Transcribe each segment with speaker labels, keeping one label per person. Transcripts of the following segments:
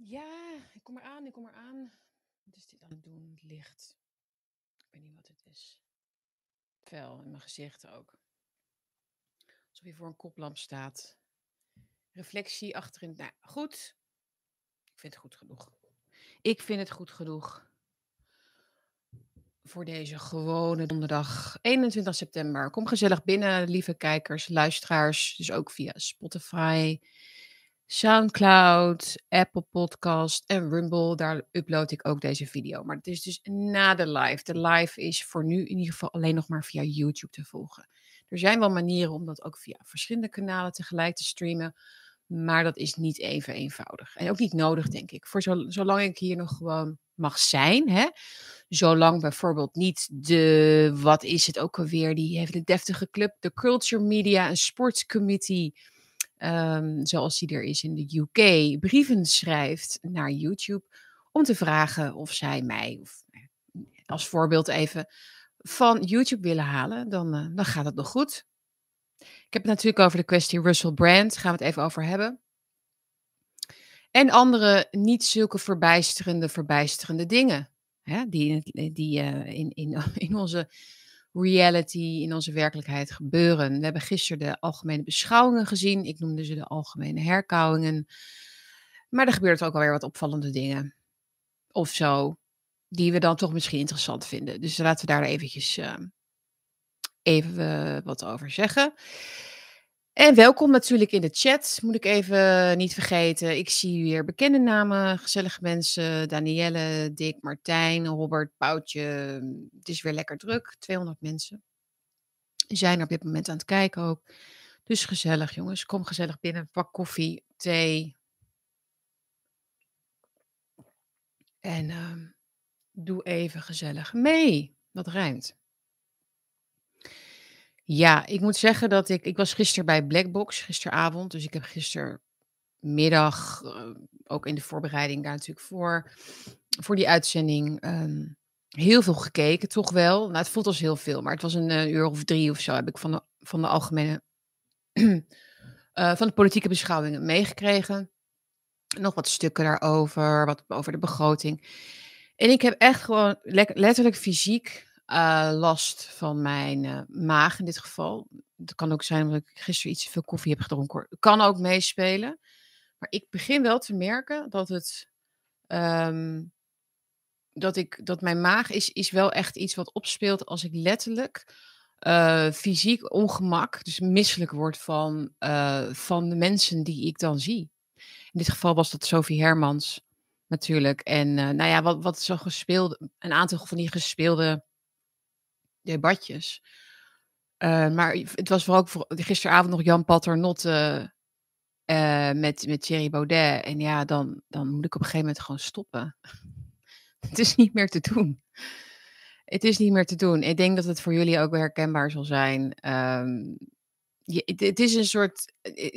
Speaker 1: Ja, ik kom eraan, ik kom eraan. Wat is dit aan het doen? Het licht. Ik weet niet wat het is. Fel in mijn gezicht ook. Alsof je voor een koplamp staat. Reflectie achterin. Nou, goed. Ik vind het goed genoeg. Ik vind het goed genoeg. Voor deze gewone donderdag 21 september. Kom gezellig binnen, lieve kijkers, luisteraars. Dus ook via Spotify, Soundcloud, Apple Podcast en Rumble. Daar upload ik ook deze video. Maar het is dus na de live. De live is voor nu in ieder geval alleen nog maar via YouTube te volgen. Er zijn wel manieren om dat ook via verschillende kanalen tegelijk te streamen. Maar dat is niet even eenvoudig. En ook niet nodig, denk ik. Voor zolang ik hier nog gewoon mag zijn. Hè? Zolang bijvoorbeeld niet wat is het ook alweer, die hele deftige club, de Culture Media and Sports Committee, zoals die er is in de UK, brieven schrijft naar YouTube om te vragen of zij mij, als voorbeeld even, van YouTube willen halen, dan gaat het nog goed. Ik heb het natuurlijk over de kwestie Russell Brand, gaan we het even over hebben. En andere niet zulke verbijsterende dingen. Hè, die in onze reality, in onze werkelijkheid gebeuren. We hebben gisteren de algemene beschouwingen gezien. Ik noemde ze de algemene herkauwingen. Maar er gebeurt ook alweer wat opvallende dingen. Of zo. Die we dan toch misschien interessant vinden. Dus laten we daar eventjes even wat over zeggen. En welkom natuurlijk in de chat, moet ik even niet vergeten. Ik zie weer bekende namen, gezellige mensen. Danielle, Dick, Martijn, Robert, Poutje. Het is weer lekker druk, 200 mensen. Die zijn er op dit moment aan het kijken ook. Dus gezellig jongens, kom gezellig binnen. Pak koffie, thee. En doe even gezellig mee. Dat rijmt. Ja, ik moet zeggen dat ik was gisteren bij Blackbox, gisteravond. Dus ik heb gistermiddag, ook in de voorbereiding daar natuurlijk voor die uitzending, heel veel gekeken, toch wel. Nou, het voelt als heel veel, maar het was een uur of 3 of zo heb ik van de algemene, van de politieke beschouwingen meegekregen. Nog wat stukken daarover, wat over de begroting. En ik heb echt gewoon letterlijk fysiek last van mijn maag in dit geval. Het kan ook zijn omdat ik gisteren iets te veel koffie heb gedronken, hoor. Kan ook meespelen. Maar ik begin wel te merken dat ehm, dat mijn maag is wel echt iets wat opspeelt als ik letterlijk fysiek ongemak, dus misselijk word van de mensen die ik dan zie. In dit geval was dat Sophie Hermans natuurlijk. En nou ja, wat zo gespeelde, een aantal van die gespeelde debatjes. Maar het was vooral ook gisteravond nog Jan Paternotte met Thierry Baudet. En ja, dan moet ik op een gegeven moment gewoon stoppen. Het is niet meer te doen. Het is niet meer te doen. Ik denk dat het voor jullie ook wel herkenbaar zal zijn. Het is een soort.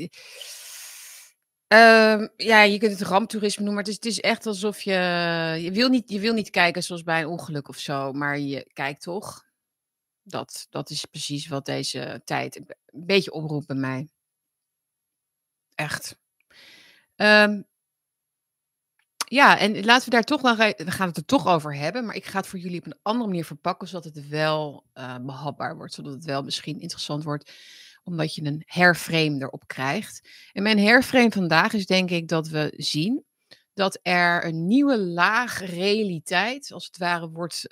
Speaker 1: Ja, je kunt het ramptoerisme noemen, maar het is echt alsof je wil niet kijken zoals bij een ongeluk of zo, maar je kijkt toch. Dat is precies wat deze tijd een beetje oproept bij mij. Echt. Ehm, ja, en laten we daar toch we gaan het er toch over hebben, maar ik ga het voor jullie op een andere manier verpakken, zodat het wel behapbaar wordt, zodat het wel misschien interessant wordt, omdat je een herframe erop krijgt. En mijn herframe vandaag is denk ik dat we zien dat er een nieuwe laag realiteit, als het ware, wordt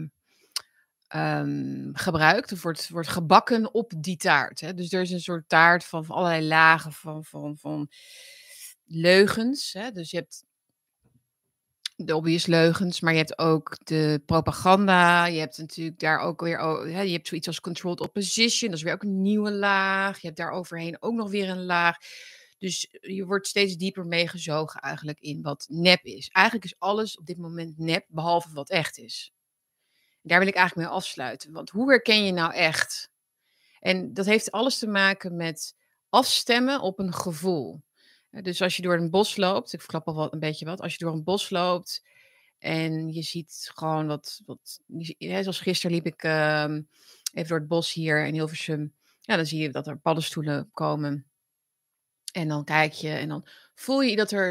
Speaker 1: gebruikt of wordt gebakken op die taart. Hè. Dus er is een soort taart van allerlei lagen van leugens. Hè. Dus je hebt de obvious leugens, maar je hebt ook de propaganda. Je hebt natuurlijk daar ook weer, je hebt zoiets als controlled opposition. Dat is weer ook een nieuwe laag. Je hebt daar overheen ook nog weer een laag. Dus je wordt steeds dieper meegezogen eigenlijk in wat nep is. Eigenlijk is alles op dit moment nep, behalve wat echt is. Daar wil ik eigenlijk mee afsluiten. Want hoe herken je nou echt? En dat heeft alles te maken met afstemmen op een gevoel. Dus als je door een bos loopt, ik verklap al wat, een beetje wat. Als je door een bos loopt en je ziet gewoon zoals gisteren liep ik even door het bos hier in Hilversum. Ja, dan zie je dat er paddenstoelen komen. En dan kijk je en dan voel je dat er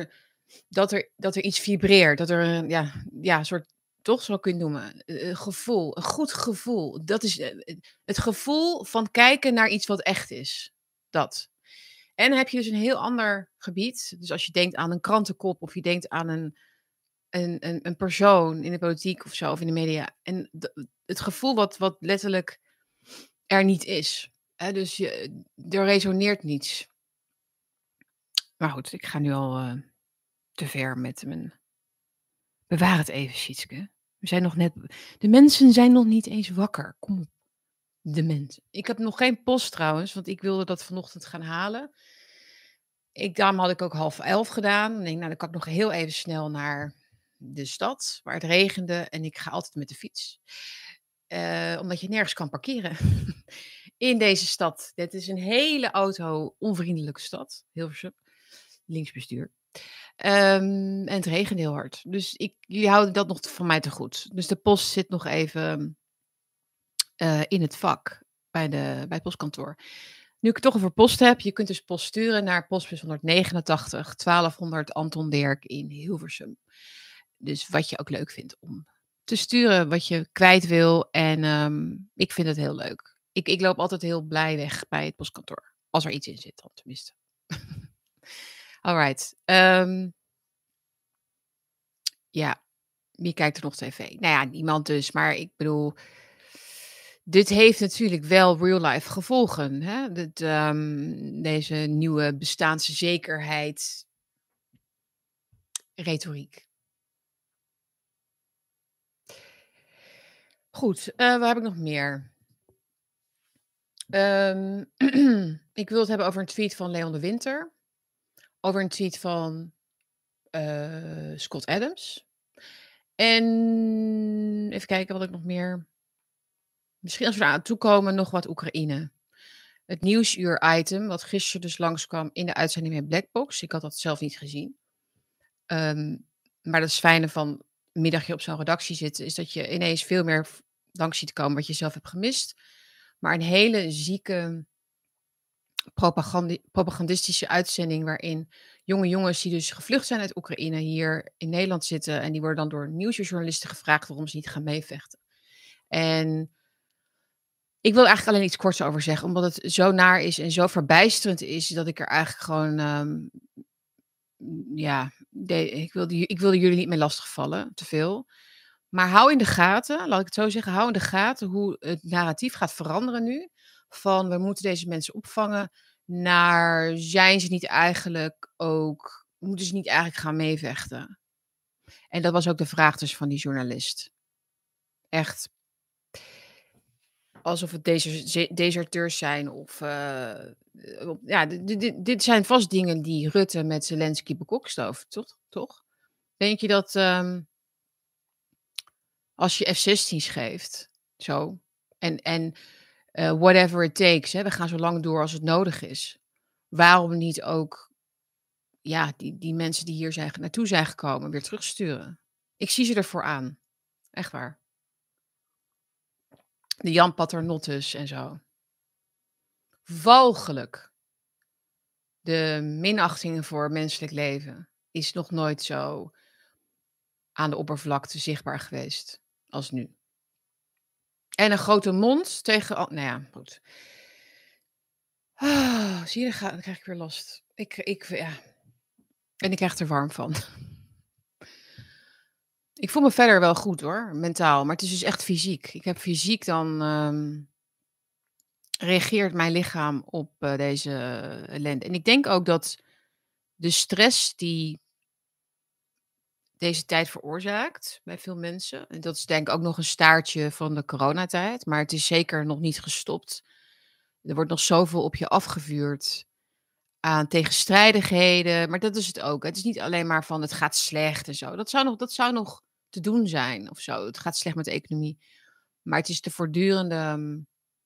Speaker 1: dat er iets vibreert, dat er een soort toch, zo kun je het noemen, gevoel, een goed gevoel. Dat is, het gevoel van kijken naar iets wat echt is, dat. En dan heb je dus een heel ander gebied. Dus als je denkt aan een krantenkop of je denkt aan een persoon in de politiek of zo, of in de media. En het gevoel wat letterlijk er niet is. Hè, dus er resoneert niets. Maar goed, ik ga nu al te ver met mijn. Bewaar het even, Sietske. De mensen zijn nog niet eens wakker. Kom op, de mensen. Ik heb nog geen post trouwens, want ik wilde dat vanochtend gaan halen. Daarom had ik ook 10:30 gedaan. Ik denk, nou, dan kan ik nog heel even snel naar de stad, waar het regende. En ik ga altijd met de fiets. Omdat je nergens kan parkeren in deze stad. Dit is een hele auto-onvriendelijke stad, Hilversum. Linksbestuur. En het regent heel hard. Dus jullie houden dat nog van mij te goed. Dus de post zit nog even in het vak bij het postkantoor. Nu ik het toch over post heb, je kunt dus post sturen naar postbus 189 1200 Anton Dirk in Hilversum. Dus wat je ook leuk vindt om te sturen, wat je kwijt wil. En ik vind het heel leuk. Ik loop altijd heel blij weg bij het postkantoor. Als er iets in zit dan tenminste. Alright. Ja, wie kijkt er nog tv? Nou ja, niemand dus. Maar ik bedoel, dit heeft natuurlijk wel real-life gevolgen. Hè? Deze nieuwe bestaanszekerheid retoriek. Goed, wat heb ik nog meer? Ik wil het hebben over een tweet van Leon de Winter. Over een tweet van Scott Adams. En even kijken wat ik nog meer. Misschien als we eraan toekomen, nog wat Oekraïne. Het nieuwsuur-item, wat gisteren dus langskwam in de uitzending met Blackbox. Ik had dat zelf niet gezien. Maar dat is fijne van een middagje op zo'n redactie zitten, is dat je ineens veel meer langs ziet komen wat je zelf hebt gemist. Maar een hele zieke propagandistische uitzending waarin jonge jongens die dus gevlucht zijn uit Oekraïne hier in Nederland zitten en die worden dan door nieuwsjournalisten gevraagd waarom ze niet gaan meevechten. En ik wil eigenlijk alleen iets korts over zeggen, omdat het zo naar is en zo verbijsterend is, dat ik er eigenlijk gewoon, ik wilde jullie niet mee lastigvallen, te veel. Maar hou in de gaten, laat ik het zo zeggen, hou in de gaten hoe het narratief gaat veranderen nu. Van we moeten deze mensen opvangen, naar moeten ze niet eigenlijk gaan meevechten? En dat was ook de vraag dus van die journalist. Echt. Alsof het deserteurs zijn of dit zijn vast dingen die Rutte met Zelensky bekokstoven, toch? Denk je dat als je F-16's geeft, zo, en whatever it takes, hè, we gaan zo lang door als het nodig is. Waarom niet ook die mensen die hier naartoe zijn gekomen weer terugsturen? Ik zie ze ervoor aan. Echt waar. De Jan Paternottes en zo. Walgelijk. De minachting voor menselijk leven is nog nooit zo aan de oppervlakte zichtbaar geweest als nu. En een grote mond tegen. Nou ja, goed. Zie je, dan krijg ik weer last. Ja. En ik krijg er warm van. Ik voel me verder wel goed hoor, mentaal. Maar het is dus echt fysiek. Ik heb fysiek dan. Reageert mijn lichaam op deze ellende. En ik denk ook dat de stress die deze tijd veroorzaakt bij veel mensen. En dat is denk ik ook nog een staartje van de coronatijd. Maar het is zeker nog niet gestopt. Er wordt nog zoveel op je afgevuurd aan tegenstrijdigheden. Maar dat is het ook. Het is niet alleen maar van het gaat slecht en zo. Dat zou nog te doen zijn of zo. Het gaat slecht met de economie. Maar het is de voortdurende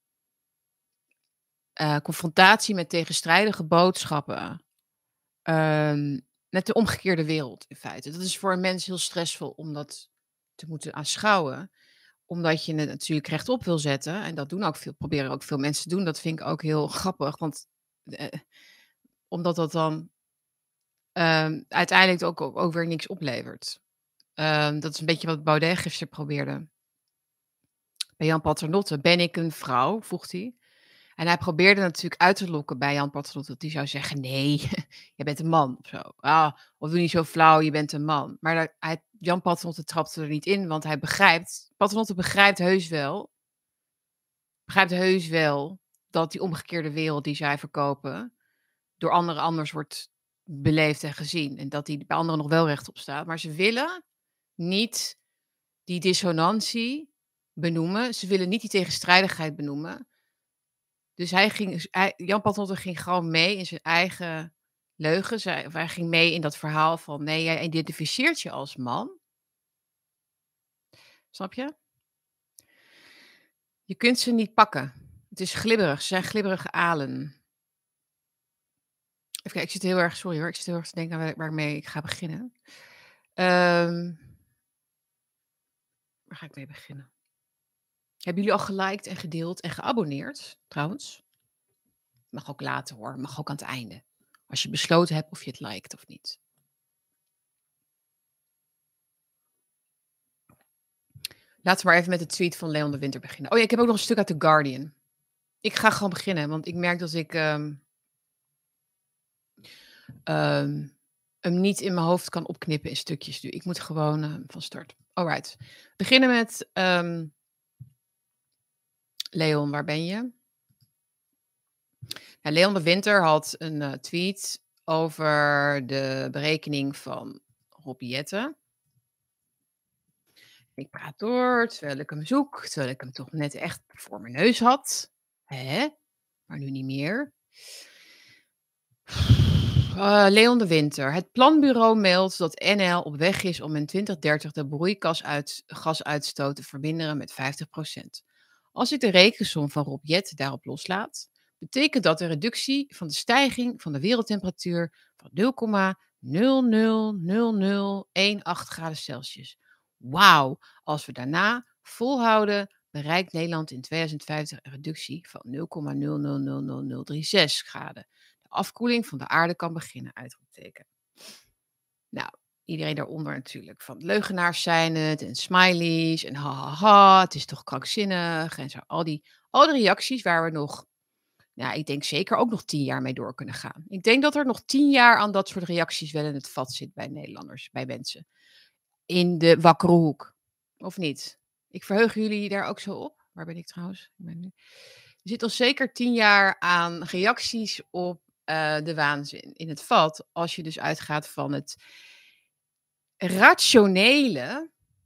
Speaker 1: confrontatie met tegenstrijdige boodschappen. Met de omgekeerde wereld in feite. Dat is voor een mens heel stressvol om dat te moeten aanschouwen. Omdat je het natuurlijk rechtop wil zetten. En dat proberen ook veel mensen te doen. Dat vind ik ook heel grappig. Want omdat dat dan uiteindelijk ook weer niks oplevert. Dat is een beetje wat Baudet gisteren probeerde. Bij Jan Paternotte: "Ben ik een vrouw?" vroeg hij. En hij probeerde natuurlijk uit te lokken bij Jan Paternotte dat hij zou zeggen: "Nee, je bent een man," of zo. "Ah, of doe niet zo flauw, je bent een man." Maar Jan Paternotte trapte er niet in, want Paternotte begrijpt heus wel dat die omgekeerde wereld die zij verkopen door anderen anders wordt beleefd en gezien. En dat die bij anderen nog wel rechtop staat. Maar ze willen niet die dissonantie benoemen. Ze willen niet die tegenstrijdigheid benoemen. Dus Jan Paternotte ging gewoon mee in zijn eigen leugens. Hij ging mee in dat verhaal van: nee, jij identificeert je als man. Snap je? Je kunt ze niet pakken. Het is glibberig. Ze zijn glibberige alen. Even kijken, sorry hoor, ik zit heel erg te denken aan waarmee ik ga beginnen. Waar ga ik mee beginnen? Hebben jullie al geliked en gedeeld en geabonneerd, trouwens? Mag ook later hoor, mag ook aan het einde. Als je besloten hebt of je het liked of niet. Laten we maar even met de tweet van Leon de Winter beginnen. Oh ja, ik heb ook nog een stuk uit The Guardian. Ik ga gewoon beginnen, want ik merk dat ik hem niet in mijn hoofd kan opknippen in stukjes. Dus ik moet gewoon van start. Alright. Beginnen met Leon, waar ben je? Ja, Leon de Winter had een tweet over de berekening van Rob Jetten. Ik praat door, terwijl ik hem zoek, terwijl ik hem toch net echt voor mijn neus had. Hè? Maar nu niet meer. Leon de Winter. Het planbureau meldt dat NL op weg is om in 2030 de broeikasgasuitstoot te verminderen met 50%. Als ik de rekensom van Rob Jetten daarop loslaat, betekent dat een reductie van de stijging van de wereldtemperatuur van 0,000018 graden Celsius. Wauw, als we daarna volhouden, bereikt Nederland in 2050 een reductie van 0,000036 graden. De afkoeling van de aarde kan beginnen, uitroepteken. Nou, iedereen daaronder natuurlijk van leugenaars zijn het en smileys en hahaha, het is toch krankzinnig en zo. Al die reacties waar we nog, ja, ik denk zeker ook nog 10 jaar mee door kunnen gaan. Ik denk dat er nog 10 jaar aan dat soort reacties wel in het vat zit bij Nederlanders, bij mensen. In de wakkere hoek. Of niet? Ik verheug jullie daar ook zo op. Waar ben ik trouwens? Er zit al zeker 10 jaar aan reacties op de waanzin in het vat. Als je dus uitgaat van het rationele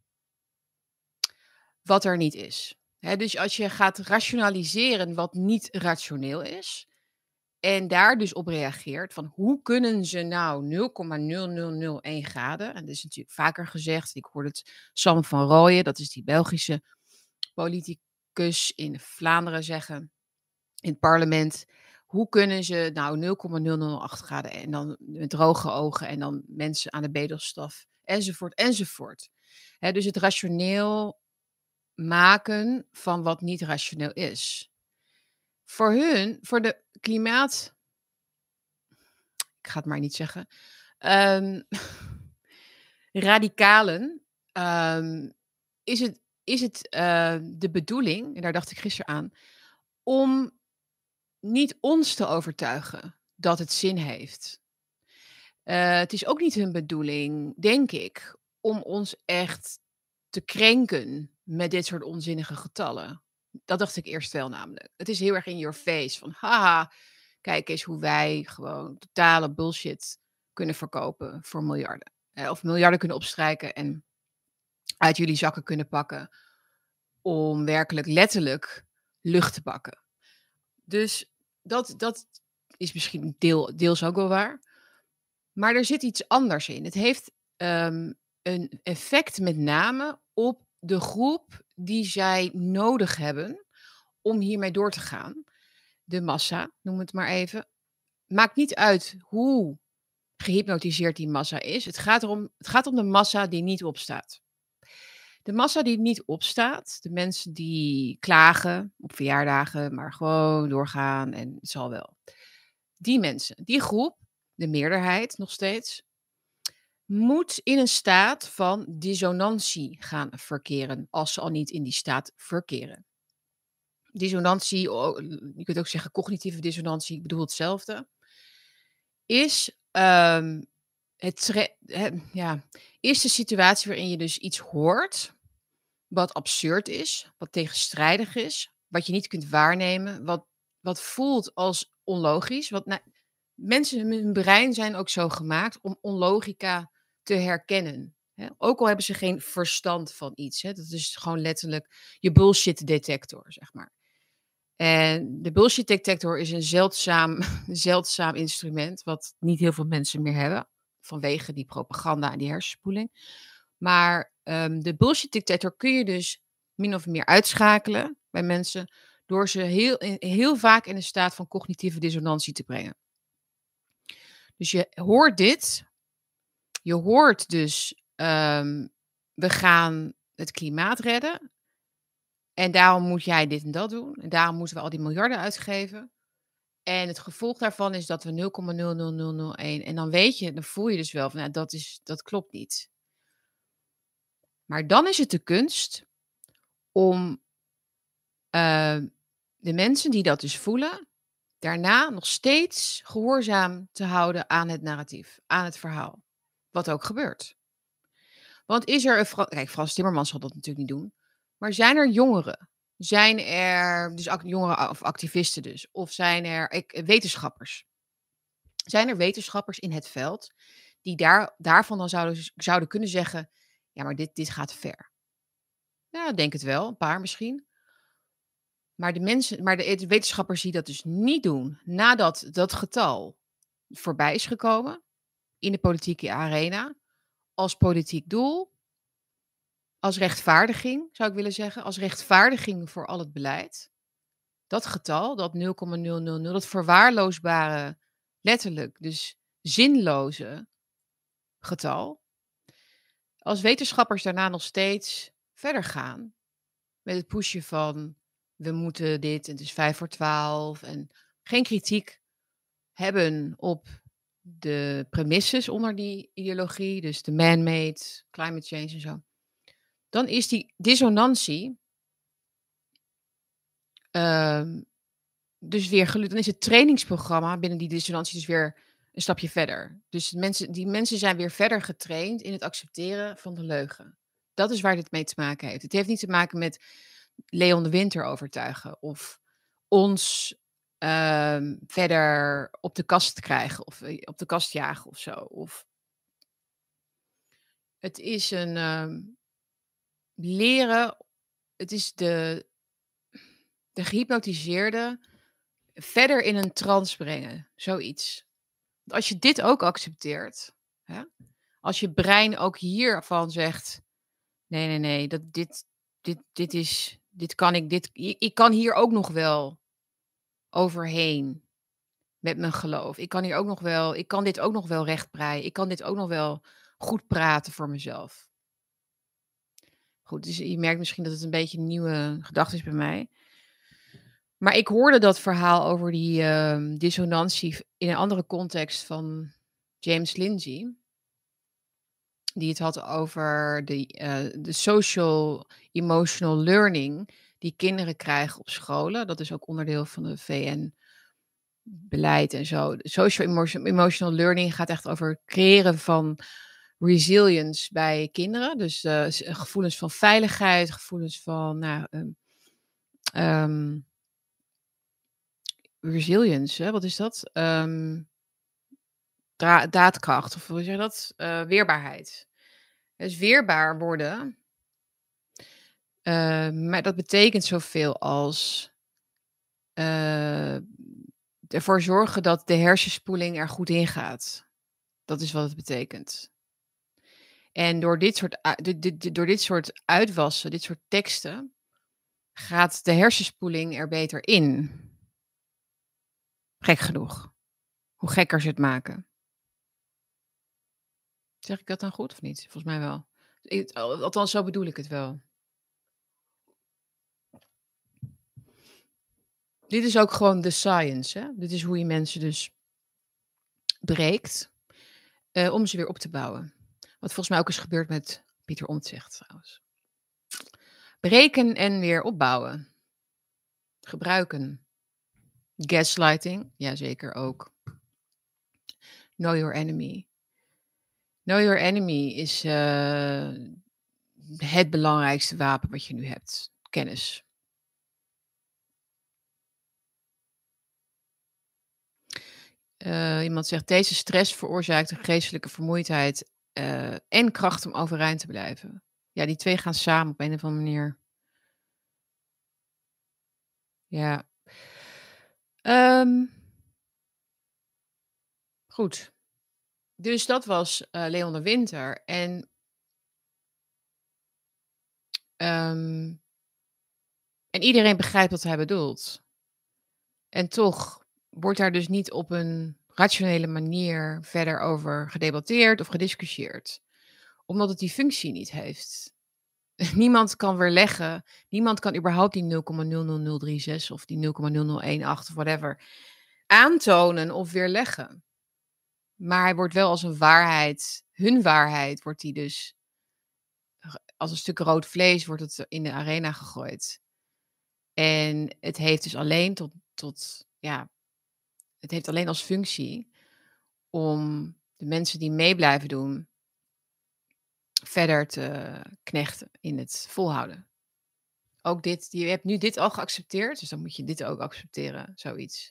Speaker 1: wat er niet is. Dus als je gaat rationaliseren wat niet rationeel is. En daar dus op reageert van hoe kunnen ze nou 0,0001 graden. En dat is natuurlijk vaker gezegd. Ik hoorde het Sam van Rooyen, dat is die Belgische politicus in Vlaanderen zeggen. In het parlement. Hoe kunnen ze nou 0,008 graden en dan met droge ogen en dan mensen aan de bedelstaf enzovoort enzovoort. Dus het rationeel maken van wat niet rationeel is. Voor de klimaat, ik ga het maar niet zeggen, radicalen, is het de bedoeling, en daar dacht ik gisteren aan, om niet ons te overtuigen dat het zin heeft. Het is ook niet hun bedoeling, denk ik, om ons echt te krenken met dit soort onzinnige getallen. Dat dacht ik eerst wel namelijk. Het is heel erg in your face van haha, kijk eens hoe wij gewoon totale bullshit kunnen verkopen voor miljarden. Of miljarden kunnen opstrijken en uit jullie zakken kunnen pakken om werkelijk letterlijk lucht te pakken. Dus dat is misschien deels ook wel waar. Maar er zit iets anders in. Het heeft een effect met name op de groep die zij nodig hebben om hiermee door te gaan. De massa, noem het maar even. Maakt niet uit hoe gehypnotiseerd die massa is. Het gaat om de massa die niet opstaat. De massa die niet opstaat, de mensen die klagen op verjaardagen, maar gewoon doorgaan en het zal wel. Die mensen, die groep, de meerderheid nog steeds, moet in een staat van dissonantie gaan verkeren, als ze al niet in die staat verkeren. Dissonantie, je kunt ook zeggen cognitieve dissonantie, ik bedoel hetzelfde, is ja, is de situatie waarin je dus iets hoort wat absurd is, wat tegenstrijdig is, wat je niet kunt waarnemen, wat voelt als onlogisch. Mensen, hun brein zijn ook zo gemaakt om onlogica te herkennen. Hè? Ook al hebben ze geen verstand van iets. Hè? Dat is gewoon letterlijk je bullshit detector, zeg maar. En de bullshit detector is een zeldzaam instrument, wat niet heel veel mensen meer hebben, vanwege die propaganda en die hersenspoeling. Maar de bullshit detector kun je dus min of meer uitschakelen bij mensen door ze heel vaak in een staat van cognitieve dissonantie te brengen. Dus je hoort dit, je hoort dus we gaan het klimaat redden en daarom moet jij dit en dat doen en daarom moeten we al die miljarden uitgeven. En het gevolg daarvan is dat we 0,00001 en dan weet je, dan voel je dus wel van, dat klopt niet. Maar dan is het de kunst om de mensen die dat dus voelen, daarna nog steeds gehoorzaam te houden aan het narratief, aan het verhaal. Wat ook gebeurt. Want is er kijk, Frans Timmermans zal dat natuurlijk niet doen. Maar zijn er jongeren? Zijn er, dus jongeren of activisten dus? Of zijn er wetenschappers? Zijn er wetenschappers in het veld die daarvan dan zouden kunnen zeggen: ja, maar dit gaat ver? Ja, ik denk het wel, een paar misschien. Maar de wetenschappers die dat dus niet doen, nadat dat getal voorbij is gekomen in de politieke arena, als politiek doel, als rechtvaardiging, zou ik willen zeggen, als rechtvaardiging voor al het beleid. Dat getal, dat 0,000, dat verwaarloosbare, letterlijk, dus zinloze getal. Als wetenschappers daarna nog steeds verder gaan met het pushen van we moeten dit en het is 5 voor 12 en geen kritiek hebben op de premisses onder die ideologie, dus de man-made, climate change en zo, dan is die dissonantie ehm, dus weer gelukt. Dan is het trainingsprogramma binnen die dissonantie dus weer een stapje verder. Dus die mensen zijn weer verder getraind in het accepteren van de leugen. Dat is waar dit mee te maken heeft. Het heeft niet te maken met Leon de Winter overtuigen of ons verder op de kast krijgen of op de kast jagen of zo. Of het is een leren, het is de gehypnotiseerde verder in een trance brengen, zoiets. Want als je dit ook accepteert, hè, als je brein ook hiervan zegt, nee, nee, nee, dit kan ik kan hier ook nog wel overheen met mijn geloof. Ik kan dit ook nog wel rechtbreien. Ik kan dit ook nog wel goed praten voor mezelf. Goed, dus je merkt misschien dat het een beetje een nieuwe gedachte is bij mij. Maar ik hoorde dat verhaal over die dissonantie in een andere context van James Lindsay. Die het had over de social emotional learning die kinderen krijgen op scholen. Dat is ook onderdeel van de VN-beleid en zo. De social emotional learning gaat echt over het creëren van resilience bij kinderen. Dus gevoelens van veiligheid, gevoelens van resilience, hè? Wat is dat? Daadkracht, of hoe zeg je dat? Weerbaarheid. Dus weerbaar worden, maar dat betekent zoveel als eh, ervoor zorgen dat de hersenspoeling er goed in gaat. Dat is wat het betekent. En door dit soort uitwassen, dit soort teksten, gaat de hersenspoeling er beter in. Gek genoeg. Hoe gekker ze het maken. Zeg ik dat dan goed of niet? Volgens mij wel. Althans, zo bedoel ik het wel. Dit is ook gewoon de science, hè? Dit is hoe je mensen dus breekt, om ze weer op te bouwen. Wat volgens mij ook is gebeurd met Pieter Omtzigt trouwens. Breken en weer opbouwen. Gebruiken. Gaslighting, jazeker ook. Know your enemy. Know your enemy is het belangrijkste wapen wat je nu hebt. Kennis. Iemand zegt, deze stress veroorzaakt een geestelijke vermoeidheid en kracht om overeind te blijven. Ja, die twee gaan samen op een of andere manier. Ja. Goed. Dus dat was Leon de Winter. En iedereen begrijpt wat hij bedoelt. En toch wordt daar dus niet op een rationele manier verder over gedebatteerd of gediscussieerd. Omdat het die functie niet heeft. Niemand kan weerleggen, niemand kan überhaupt die 0,00036 of die 0,0018 of whatever aantonen of weerleggen. Maar hij wordt wel als een waarheid, hun waarheid, wordt die dus als een stuk rood vlees wordt het in de arena gegooid. En het heeft dus alleen het heeft alleen als functie om de mensen die mee blijven doen verder te knechten in het volhouden. Ook dit, je hebt nu dit al geaccepteerd, dus dan moet je dit ook accepteren, zoiets.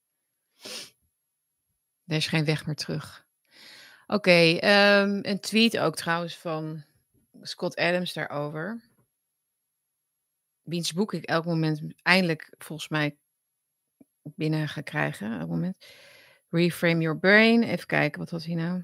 Speaker 1: Er is geen weg meer terug. Oké, een tweet ook trouwens van Scott Adams daarover. Wiens boek ik elk moment eindelijk volgens mij binnen ga krijgen. Elk moment. Reframe Your Brain. Even kijken, wat was hij nou?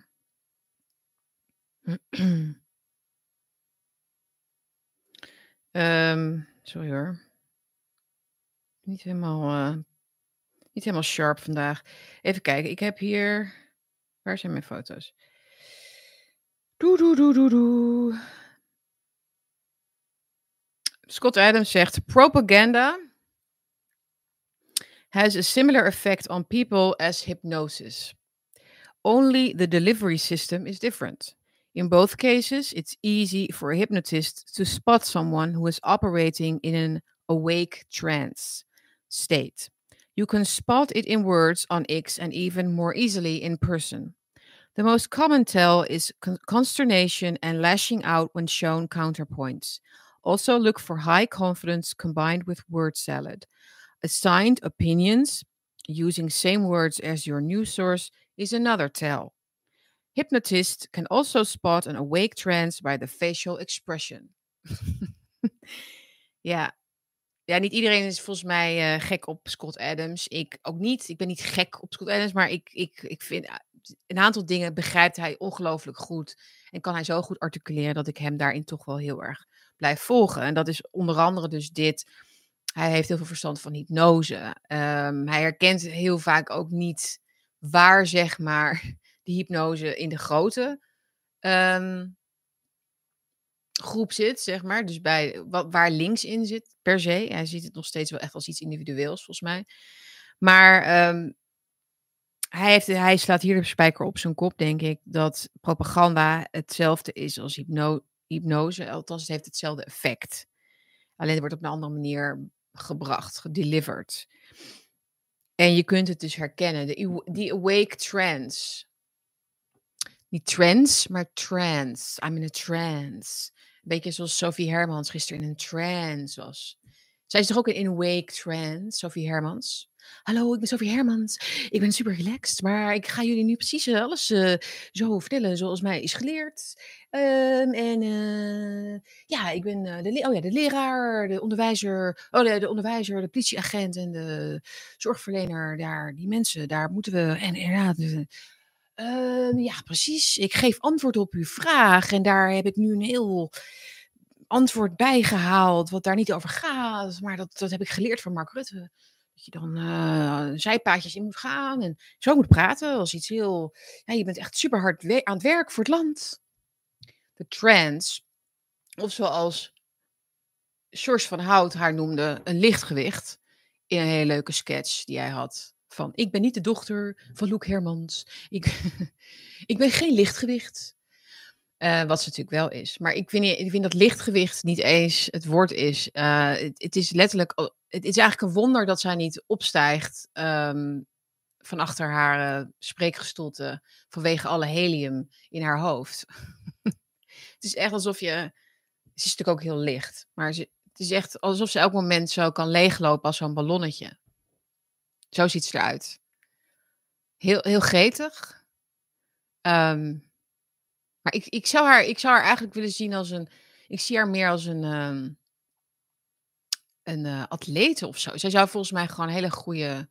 Speaker 1: Sorry hoor. Niet helemaal sharp vandaag. Even kijken, ik heb hier... Waar zijn mijn foto's? Scott Adams zegt, propaganda has a similar effect on people as hypnosis. Only the delivery system is different. In both cases, it's easy for a hypnotist to spot someone who is operating in an awake trance state. You can spot it in words on X and even more easily in person. The most common tell is consternation and lashing out when shown counterpoints. Also look for high confidence combined with word salad. Assigned opinions, using same words as your news source, is another tell. Hypnotists can also spot an awake trance by the facial expression. Ja. Ja, niet iedereen is volgens mij gek op Scott Adams. Ik ook niet. Ik ben niet gek op Scott Adams, maar ik vind een aantal dingen begrijpt hij ongelooflijk goed. En kan hij zo goed articuleren dat ik hem daarin toch wel heel erg blijf volgen. En dat is onder andere dus dit. Hij heeft heel veel verstand van hypnose. Hij herkent heel vaak ook niet waar, zeg maar, de hypnose in de grote groep zit, zeg maar. Dus waar links in zit, per se. Hij ziet het nog steeds wel echt als iets individueels, volgens mij. Maar hij slaat hier de spijker op zijn kop, denk ik, dat propaganda hetzelfde is als hypnose. Althans, het heeft hetzelfde effect. Alleen het wordt op een andere manier gebracht, gedelivered. En je kunt het dus herkennen. Die awake trance. Niet trance, maar trance. I'm in a trance. Een beetje zoals Sophie Hermans gisteren in een trance was. Zij is toch ook in een awake trance, Sophie Hermans? Hallo, ik ben Sophie Hermans. Ik ben super relaxed, maar ik ga jullie nu precies alles zo vertellen zoals mij is geleerd. Ja, ik ben de leraar, de onderwijzer, de onderwijzer, de politieagent en de zorgverlener. Daar, die mensen, daar moeten we, en inderdaad... Ja, precies. Ik geef antwoord op uw vraag en daar heb ik nu een heel antwoord bij gehaald wat daar niet over gaat. Maar dat heb ik geleerd van Mark Rutte. Dat je dan zijpaadjes in moet gaan en zo moet praten als iets heel... Ja, je bent echt super hard aan het werk voor het land. De trance, of zoals George van Hout haar noemde, een lichtgewicht in een hele leuke sketch die hij had Van, ik ben niet de dochter van Loek Hermans. Ik ben geen lichtgewicht. Wat ze natuurlijk wel is. Maar ik vind dat lichtgewicht niet eens het woord is. Het is letterlijk, het is eigenlijk een wonder dat zij niet opstijgt van achter haar spreekgestoelte vanwege alle helium in haar hoofd. Het is echt alsof je, ze is natuurlijk ook heel licht, maar het is echt alsof ze elk moment zo kan leeglopen als zo'n ballonnetje. Zo ziet ze eruit. Heel, heel gretig. Ehm, maar ik zou haar eigenlijk willen zien als een, ik zie haar meer als een atlete of zo. Zij zou volgens mij gewoon een hele goede,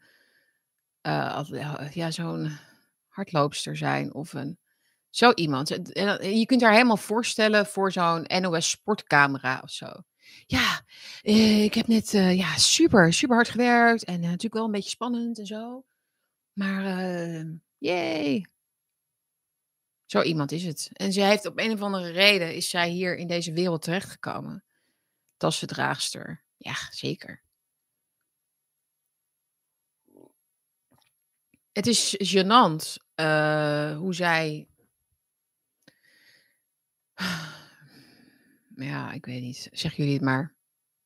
Speaker 1: ja, zo'n hardloopster zijn of zo iemand. En je kunt haar helemaal voorstellen voor zo'n NOS sportcamera of zo. Ja, ik heb net ja, super, super hard gewerkt en natuurlijk wel een beetje spannend en zo. Maar yay. Zo iemand is het. En zij heeft op een of andere reden is zij hier in deze wereld terechtgekomen. Tassendraagster. Ja, zeker. Het is gênant hoe zij. Ja, ik weet niet. Zeggen jullie het maar.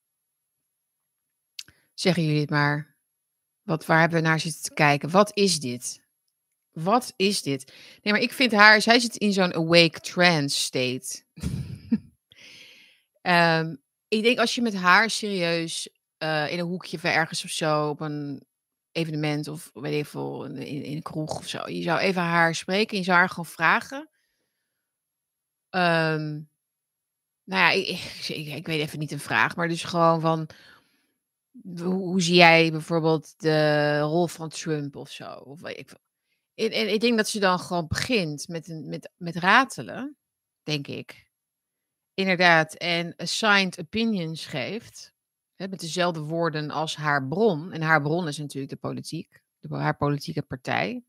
Speaker 1: Zeggen jullie het maar. Waar hebben we naar zitten te kijken? Wat is dit? Wat is dit? Nee, maar ik vind haar, zij zit in zo'n awake trance state. Ehm, ik denk als je met haar serieus in een hoekje of ergens of zo op een evenement of weet ik veel, in een kroeg of zo. Je zou even haar spreken en je zou haar gewoon vragen. Ehm, nou ja, ik weet even niet een vraag, maar dus gewoon van, hoe zie jij bijvoorbeeld de rol van Trump of zo? Of weet ik veel. En ik denk dat ze dan gewoon begint met ratelen, denk ik. Inderdaad, en assigned opinions geeft, hè, met dezelfde woorden als haar bron. En haar bron is natuurlijk de politiek, haar politieke partij.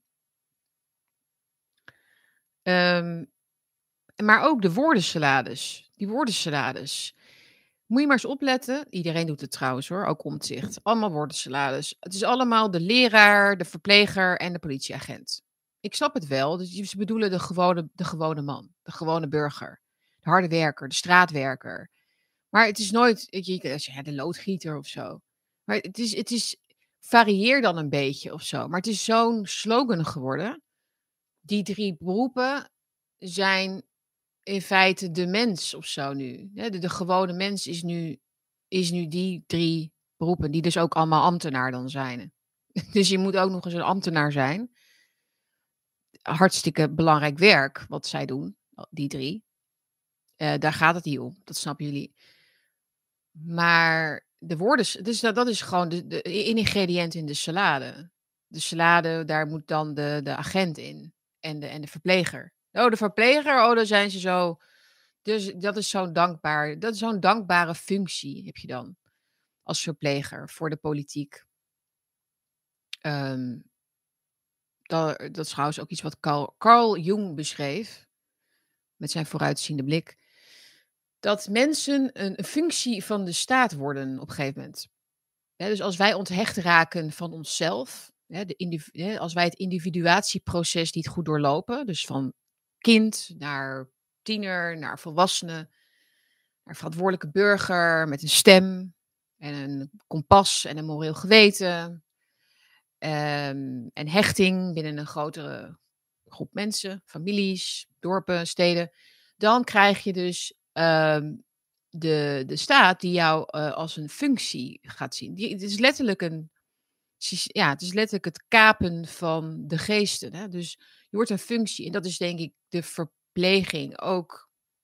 Speaker 1: Ehm, maar ook de woordensalades. Die woordensalades. Moet je maar eens opletten. Iedereen doet het trouwens hoor, ook Omtzigt. Allemaal woordensalades. Het is allemaal de leraar, de verpleger en de politieagent. Ik snap het wel. Dus ze bedoelen de gewone man, de gewone burger. De harde werker, de straatwerker. Maar het is nooit, je kan zeggen, ja, de loodgieter of zo. Maar het is, varieer dan een beetje of zo. Maar het is zo'n slogan geworden. Die 3 beroepen zijn in feite de mens of zo nu. Hè, de gewone mens is nu die 3 beroepen, die dus ook allemaal ambtenaar dan zijn. Dus je moet ook nog eens een ambtenaar zijn. Hartstikke belangrijk werk wat zij doen, die 3. Daar gaat het niet om, dat snappen jullie. Maar de woorden, dus dat is gewoon de ingrediënt in de salade. De salade, daar moet dan de agent in en de verpleger. Oh, de verpleger, oh, dan zijn ze zo. Dus dat is zo'n dankbare functie heb je dan als verpleger voor de politiek. Ehm, dat is trouwens ook iets wat Carl Jung beschreef met zijn vooruitziende blik. Dat mensen een functie van de staat worden op een gegeven moment. Dus als wij onthecht raken van onszelf, als wij het individuatieproces niet goed doorlopen, dus van kind naar tiener, naar volwassene, naar verantwoordelijke burger met een stem en een kompas en een moreel geweten, en hechting binnen een grotere groep mensen, families, dorpen, steden, dan krijg je dus de staat die jou als een functie gaat zien. Het is letterlijk het is letterlijk het kapen van de geesten. Hè? Dus je wordt een functie en dat is denk ik de verpleging ook.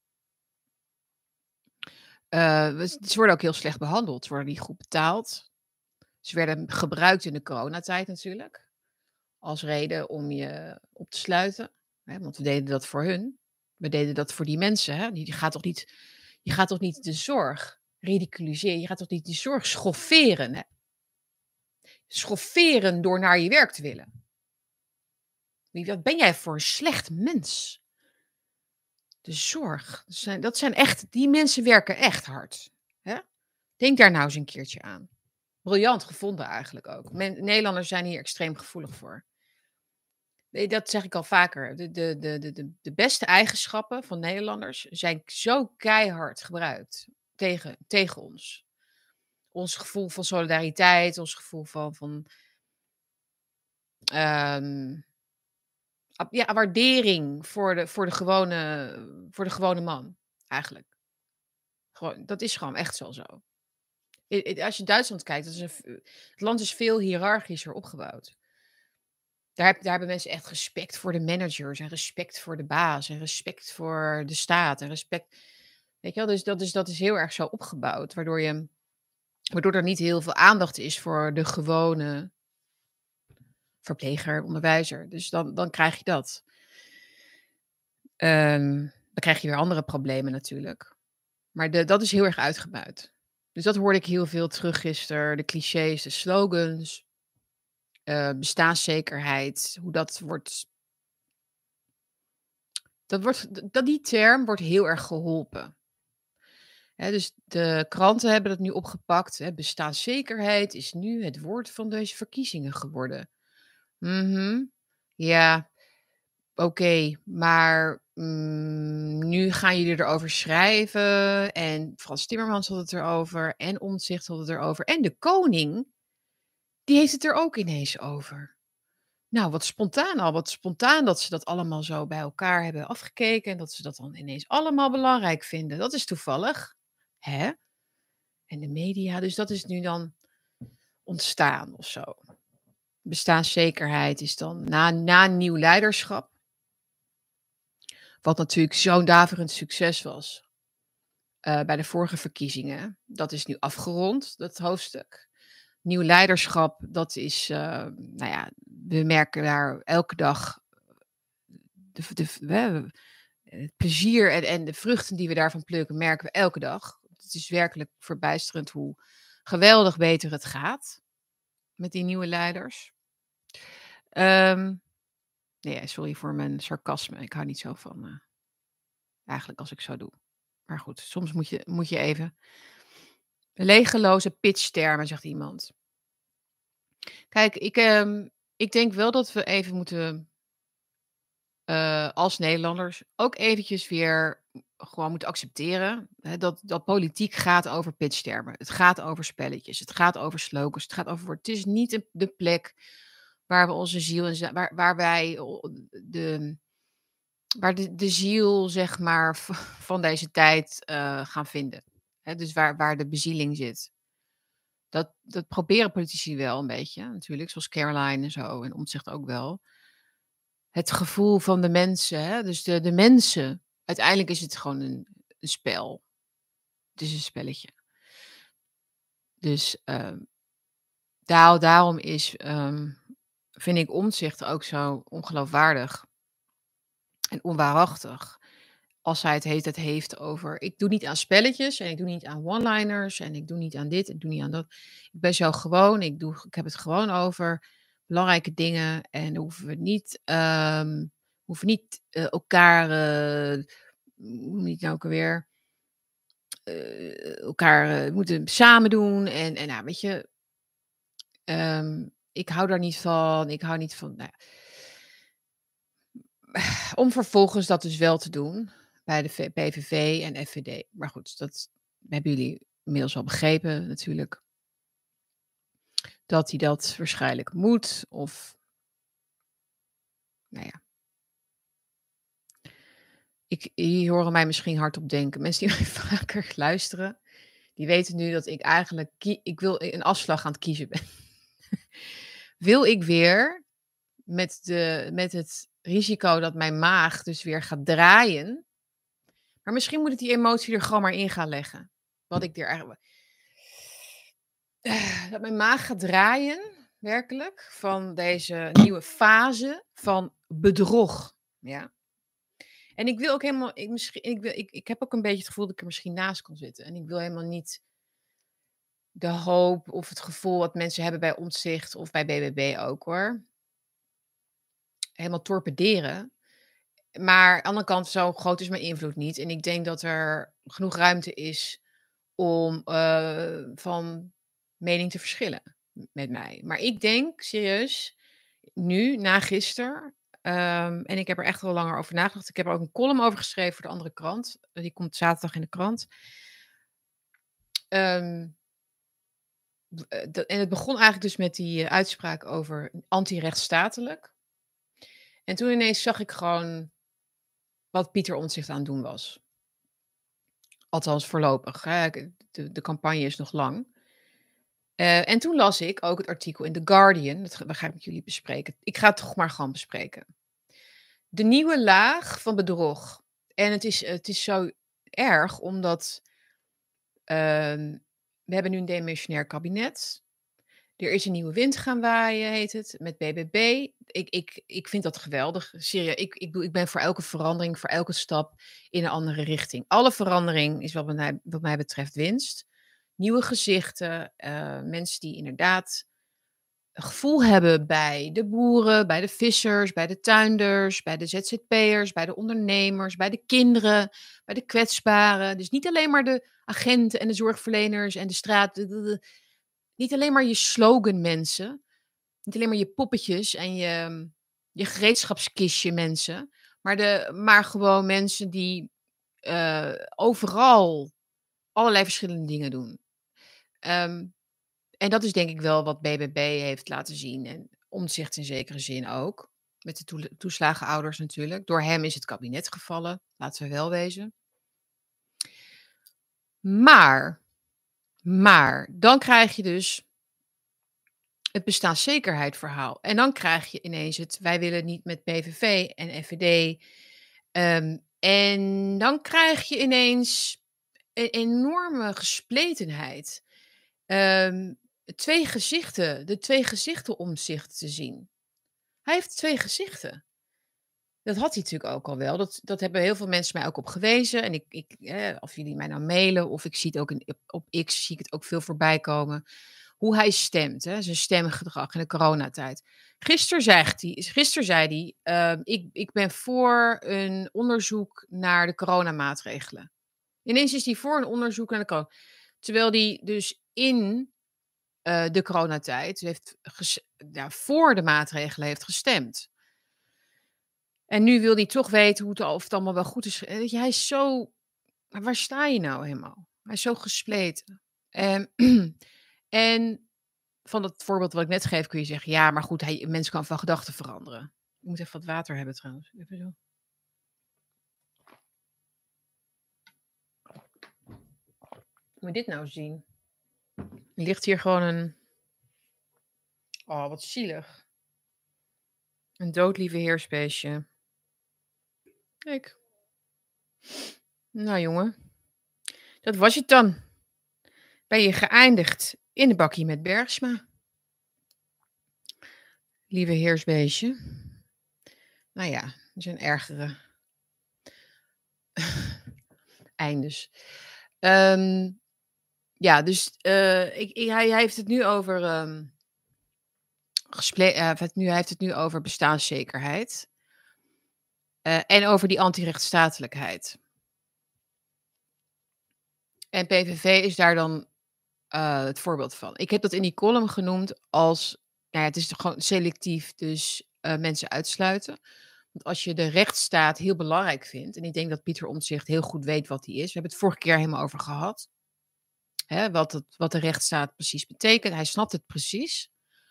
Speaker 1: Ze worden ook heel slecht behandeld. Ze worden niet goed betaald. Ze werden gebruikt in de coronatijd natuurlijk. Als reden om je op te sluiten. Hè? Want we deden dat voor hun. We deden dat voor die mensen. Hè? Je gaat toch niet de zorg ridiculiseren. Je gaat toch niet de zorg schofferen. Hè? Schofferen door naar je werk te willen. Wat ben jij voor een slecht mens? De zorg. Dat zijn echt, die mensen werken echt hard. Hè? Denk daar nou eens een keertje aan. Briljant gevonden eigenlijk ook. Nederlanders zijn hier extreem gevoelig voor. Nee, dat zeg ik al vaker. De beste eigenschappen van Nederlanders zijn zo keihard gebruikt tegen ons. Ons gevoel van solidariteit, ons gevoel van ehm, ja, waardering voor de gewone man, eigenlijk. Gewoon, dat is gewoon echt wel zo. Als je Duitsland kijkt, het land is veel hiërarchischer opgebouwd. Daar hebben mensen echt respect voor de managers en respect voor de baas en respect voor de staat en respect. Weet je wel, dus dat is heel erg zo opgebouwd, waardoor er niet heel veel aandacht is voor de gewone verpleger, onderwijzer. Dus dan krijg je dat. Dan krijg je weer andere problemen natuurlijk. Maar dat is heel erg uitgebuit. Dus dat hoorde ik heel veel terug gisteren. De clichés, de slogans, bestaanszekerheid, hoe dat wordt. Die term wordt heel erg geholpen. Hè, dus de kranten hebben dat nu opgepakt. Hè. Bestaanszekerheid is nu het woord van deze verkiezingen geworden. Mhm. Ja, oké, maar nu gaan jullie erover schrijven. En Frans Timmermans had het erover. En Omtzigt had het erover. En de koning, die heeft het er ook ineens over. Nou, wat spontaan dat ze dat allemaal zo bij elkaar hebben afgekeken en dat ze dat dan ineens allemaal belangrijk vinden. Dat is toevallig, hè? En de media, dus dat is nu dan ontstaan of zo. Bestaanszekerheid is dan na nieuw leiderschap, wat natuurlijk zo'n daverend succes was bij de vorige verkiezingen. Dat is nu afgerond, dat hoofdstuk. Nieuw leiderschap, dat is, nou ja, we merken daar elke dag het plezier en de vruchten die we daarvan plukken, merken we elke dag. Het is werkelijk verbijsterend hoe geweldig beter het gaat met die nieuwe leiders. Nee, sorry voor mijn sarcasme. Ik hou niet zo van, eigenlijk als ik zo doe. Maar goed, soms moet je even. Legeloze pitchtermen, zegt iemand. Kijk, ik denk wel dat we even moeten als Nederlanders ook eventjes weer gewoon moeten accepteren, hè, dat politiek gaat over pitchtermen. Het gaat over spelletjes, het gaat over slogans, het gaat over het is niet de plek waar we onze ziel in waar wij de ziel, zeg maar, van deze tijd gaan vinden. Hè, dus waar de bezieling zit. Dat proberen politici wel een beetje, natuurlijk, zoals Caroline en zo en Omtzigt ook wel. Het gevoel van de mensen, hè? Dus de mensen. Uiteindelijk is het gewoon een spel. Het is een spelletje. Dus daarom vind ik Omtzigt ook zo ongeloofwaardig en onwaarachtig. Als hij het heeft over, ik doe niet aan spelletjes en ik doe niet aan one-liners en ik doe niet aan dit en ik doe niet aan dat. Ik ben zo gewoon, ik heb het gewoon over belangrijke dingen en hoeven niet elkaar, hoe niet nou ook alweer, elkaar moeten samen doen en nou, weet je, ik hou daar niet van. Ik hou niet van, nou ja, om vervolgens dat dus wel te doen bij de PVV en FVD. Maar goed, dat hebben jullie inmiddels al begrepen natuurlijk. Dat hij dat waarschijnlijk moet of nou ja. Hier horen mij misschien hardop denken. Mensen die mij vaker luisteren, die weten nu dat ik eigenlijk ik wil een afslag aan het kiezen ben. Wil ik weer met het risico dat mijn maag dus weer gaat draaien. Maar misschien moet ik die emotie er gewoon maar in gaan leggen. Wat ik er eigenlijk. Dat mijn maag gaat draaien, werkelijk, van deze nieuwe fase van bedrog. Ja. En ik wil ook helemaal. Ik heb ook een beetje het gevoel dat ik er misschien naast kan zitten. En ik wil helemaal niet de hoop of het gevoel wat mensen hebben bij Omtzigt of bij BBB ook hoor. Helemaal torpederen. Maar aan de andere kant, zo groot is mijn invloed niet. En ik denk dat er genoeg ruimte is om van mening te verschillen met mij. Maar ik denk serieus, nu, na gisteren, en ik heb er echt wel langer over nagedacht. Ik heb er ook een column over geschreven voor de andere krant. Die komt zaterdag in de krant. Ehm, en het begon eigenlijk dus met die uitspraak over anti-rechtsstatelijk. En toen ineens zag ik gewoon wat Pieter Omtzigt aan het doen was. Althans voorlopig. Hè. De campagne is nog lang. En toen las ik ook het artikel in The Guardian. Dat ga ik met jullie bespreken. Ik ga het toch maar gewoon bespreken. De nieuwe laag van bedrog. En het is zo erg, omdat we hebben nu een demissionair kabinet. Er is een nieuwe wind gaan waaien, heet het, met BBB. Ik vind dat geweldig. Serieus, ik ben voor elke verandering, voor elke stap in een andere richting. Alle verandering is wat mij betreft winst. Nieuwe gezichten, mensen die inderdaad een gevoel hebben bij de boeren, bij de vissers, bij de tuinders, bij de ZZP'ers, bij de ondernemers, bij de kinderen, bij de kwetsbaren. Dus niet alleen maar de agenten en de zorgverleners en de straat. Niet alleen maar je slogan mensen. Niet alleen maar je poppetjes en je gereedschapskistje mensen. Maar gewoon mensen die overal allerlei verschillende dingen doen. En dat is denk ik wel wat BBB heeft laten zien. En Omtzigt in zekere zin ook. Met de toeslagenouders natuurlijk. Door hem is het kabinet gevallen. Laten we wel wezen. Maar, dan krijg je dus het bestaanszekerheid verhaal. En dan krijg je ineens wij willen niet met PVV en FVD. En dan krijg je ineens een enorme gespletenheid. De twee gezichten Omtzigt te zien. Hij heeft twee gezichten. Dat had hij natuurlijk ook al wel. Dat hebben heel veel mensen mij ook op gewezen. En of jullie mij nou mailen, of ik zie het ook op X, zie ik het ook veel voorbij komen. Hoe hij stemt, hè, zijn stemgedrag in de coronatijd. Gisteren zei hij, ik ben voor een onderzoek naar de coronamaatregelen. Ineens is hij voor een onderzoek naar de corona. Terwijl hij dus in de coronatijd voor de maatregelen heeft gestemd. En nu wil hij toch weten of het allemaal wel goed is. Weet je, hij is zo. Maar waar sta je nou helemaal? Hij is zo gespleten. En van dat voorbeeld wat ik net geef kun je zeggen, ja, maar goed, mens kan van gedachten veranderen. Ik moet even wat water hebben trouwens. Even zo. Moet je dit nou zien? Er ligt hier gewoon een. Oh, wat zielig. Een doodlieve heersbeestje. Kijk. Nou jongen, dat was het dan. Ben je geëindigd in de bakkie met Bergsma. Lieve heersbeestje. Nou ja, er zijn ergere eindes. Ja, dus hij heeft het nu over hij heeft het nu over bestaanszekerheid. En over die antirechtsstatelijkheid. En PVV is daar dan het voorbeeld van. Ik heb dat in die column genoemd als, het is gewoon selectief, dus mensen uitsluiten. Want als je de rechtsstaat heel belangrijk vindt, en ik denk dat Pieter Omtzigt heel goed weet wat die is. We hebben het vorige keer helemaal over gehad. Hè, wat de rechtsstaat precies betekent. Hij snapt het precies.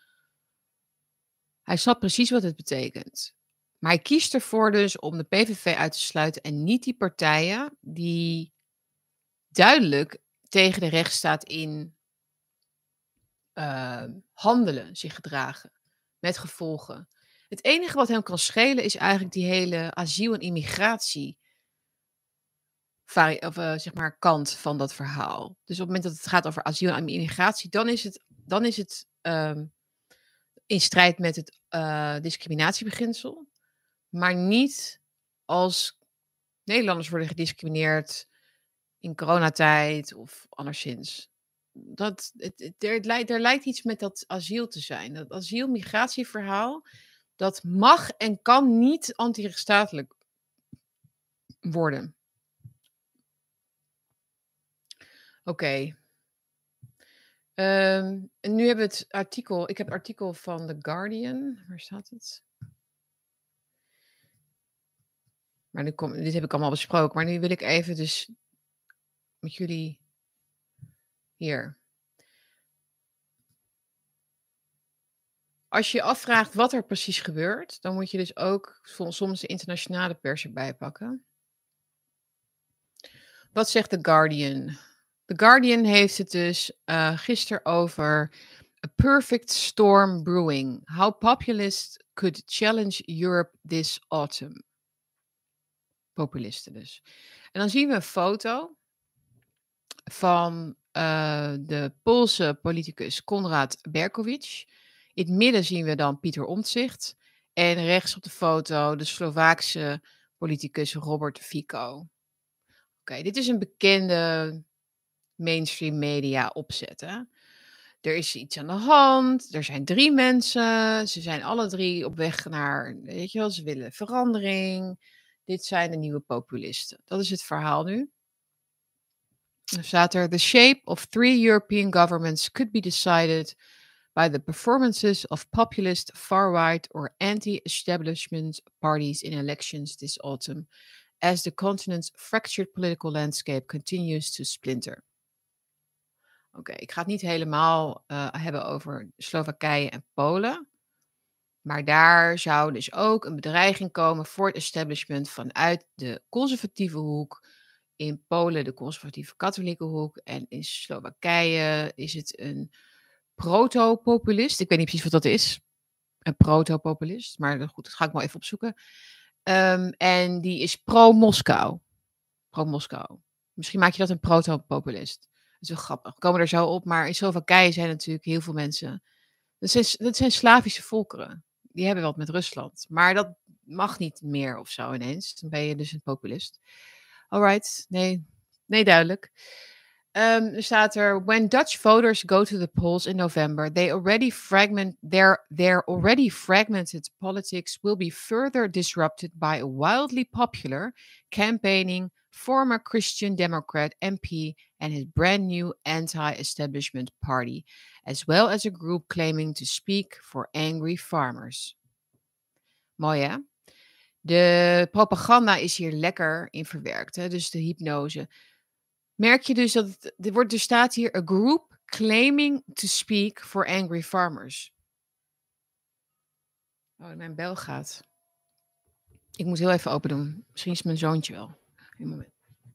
Speaker 1: Hij snapt precies wat het betekent. Maar hij kiest ervoor dus om de PVV uit te sluiten en niet die partijen die duidelijk tegen de rechtsstaat in handelen, zich gedragen, met gevolgen. Het enige wat hem kan schelen is eigenlijk die hele asiel- en immigratie zeg maar kant van dat verhaal. Dus op het moment dat het gaat over asiel en immigratie, dan is het in strijd met het discriminatiebeginsel. Maar niet als Nederlanders worden gediscrimineerd in coronatijd of anderszins. Er lijkt iets met dat asiel te zijn. Dat asiel-migratieverhaal, dat mag en kan niet anti-rechtsstatelijk worden. Oké. En nu hebben we het artikel. Ik heb het artikel van The Guardian. Waar staat het? Maar dit heb ik allemaal besproken. Maar nu wil ik even dus met jullie hier. Als je je afvraagt wat er precies gebeurt, dan moet je dus ook soms de internationale pers erbij pakken. Wat zegt The Guardian? The Guardian heeft het dus gisteren over a perfect storm brewing. How populists could challenge Europe this autumn. Populisten dus. En dan zien we een foto van de Poolse politicus Konrad Berkowicz. In het midden zien we dan Pieter Omtzigt. En rechts op de foto de Slovaakse politicus Robert Fico. Oké, dit is een bekende mainstream media opzet. Hè? Er is iets aan de hand. Er zijn 3 mensen. Ze zijn alle 3 op weg naar, weet je wel, ze willen verandering. Dit zijn de nieuwe populisten. Dat is het verhaal nu. Er staat er: The shape of 3 European governments could be decided by the performances of populist, far-right or anti-establishment parties in elections this autumn, as the continent's fractured political landscape continues to splinter. Oké, ik ga het niet helemaal hebben over Slowakije en Polen. Maar daar zou dus ook een bedreiging komen voor het establishment vanuit de conservatieve hoek. In Polen de conservatieve katholieke hoek. En in Slowakije is het een proto-populist. Ik weet niet precies wat dat is. Een proto-populist. Maar goed, dat ga ik maar even opzoeken. En die is pro-Moskou. Pro-Moskou. Misschien maak je dat een proto-populist. Dat is wel grappig. We komen er zo op. Maar in Slowakije zijn natuurlijk heel veel mensen. Dat zijn Slavische volkeren. Die hebben wat met Rusland. Maar dat mag niet meer of zo ineens. Dan ben je dus een populist. Alright. Nee, duidelijk. Er staat er: When Dutch voters go to the polls in November, their already fragmented politics will be further disrupted by a wildly popular campaigning former Christian Democrat MP and his brand new anti-establishment party, as well as a group claiming to speak for angry farmers. Mooi hè? De propaganda is hier lekker in verwerkt, hè? Dus de hypnose. Merk je dus dat er staat hier: a group claiming to speak for angry farmers. Oh, mijn bel gaat. Ik moet heel even open doen. Misschien is mijn zoontje wel. Een moment.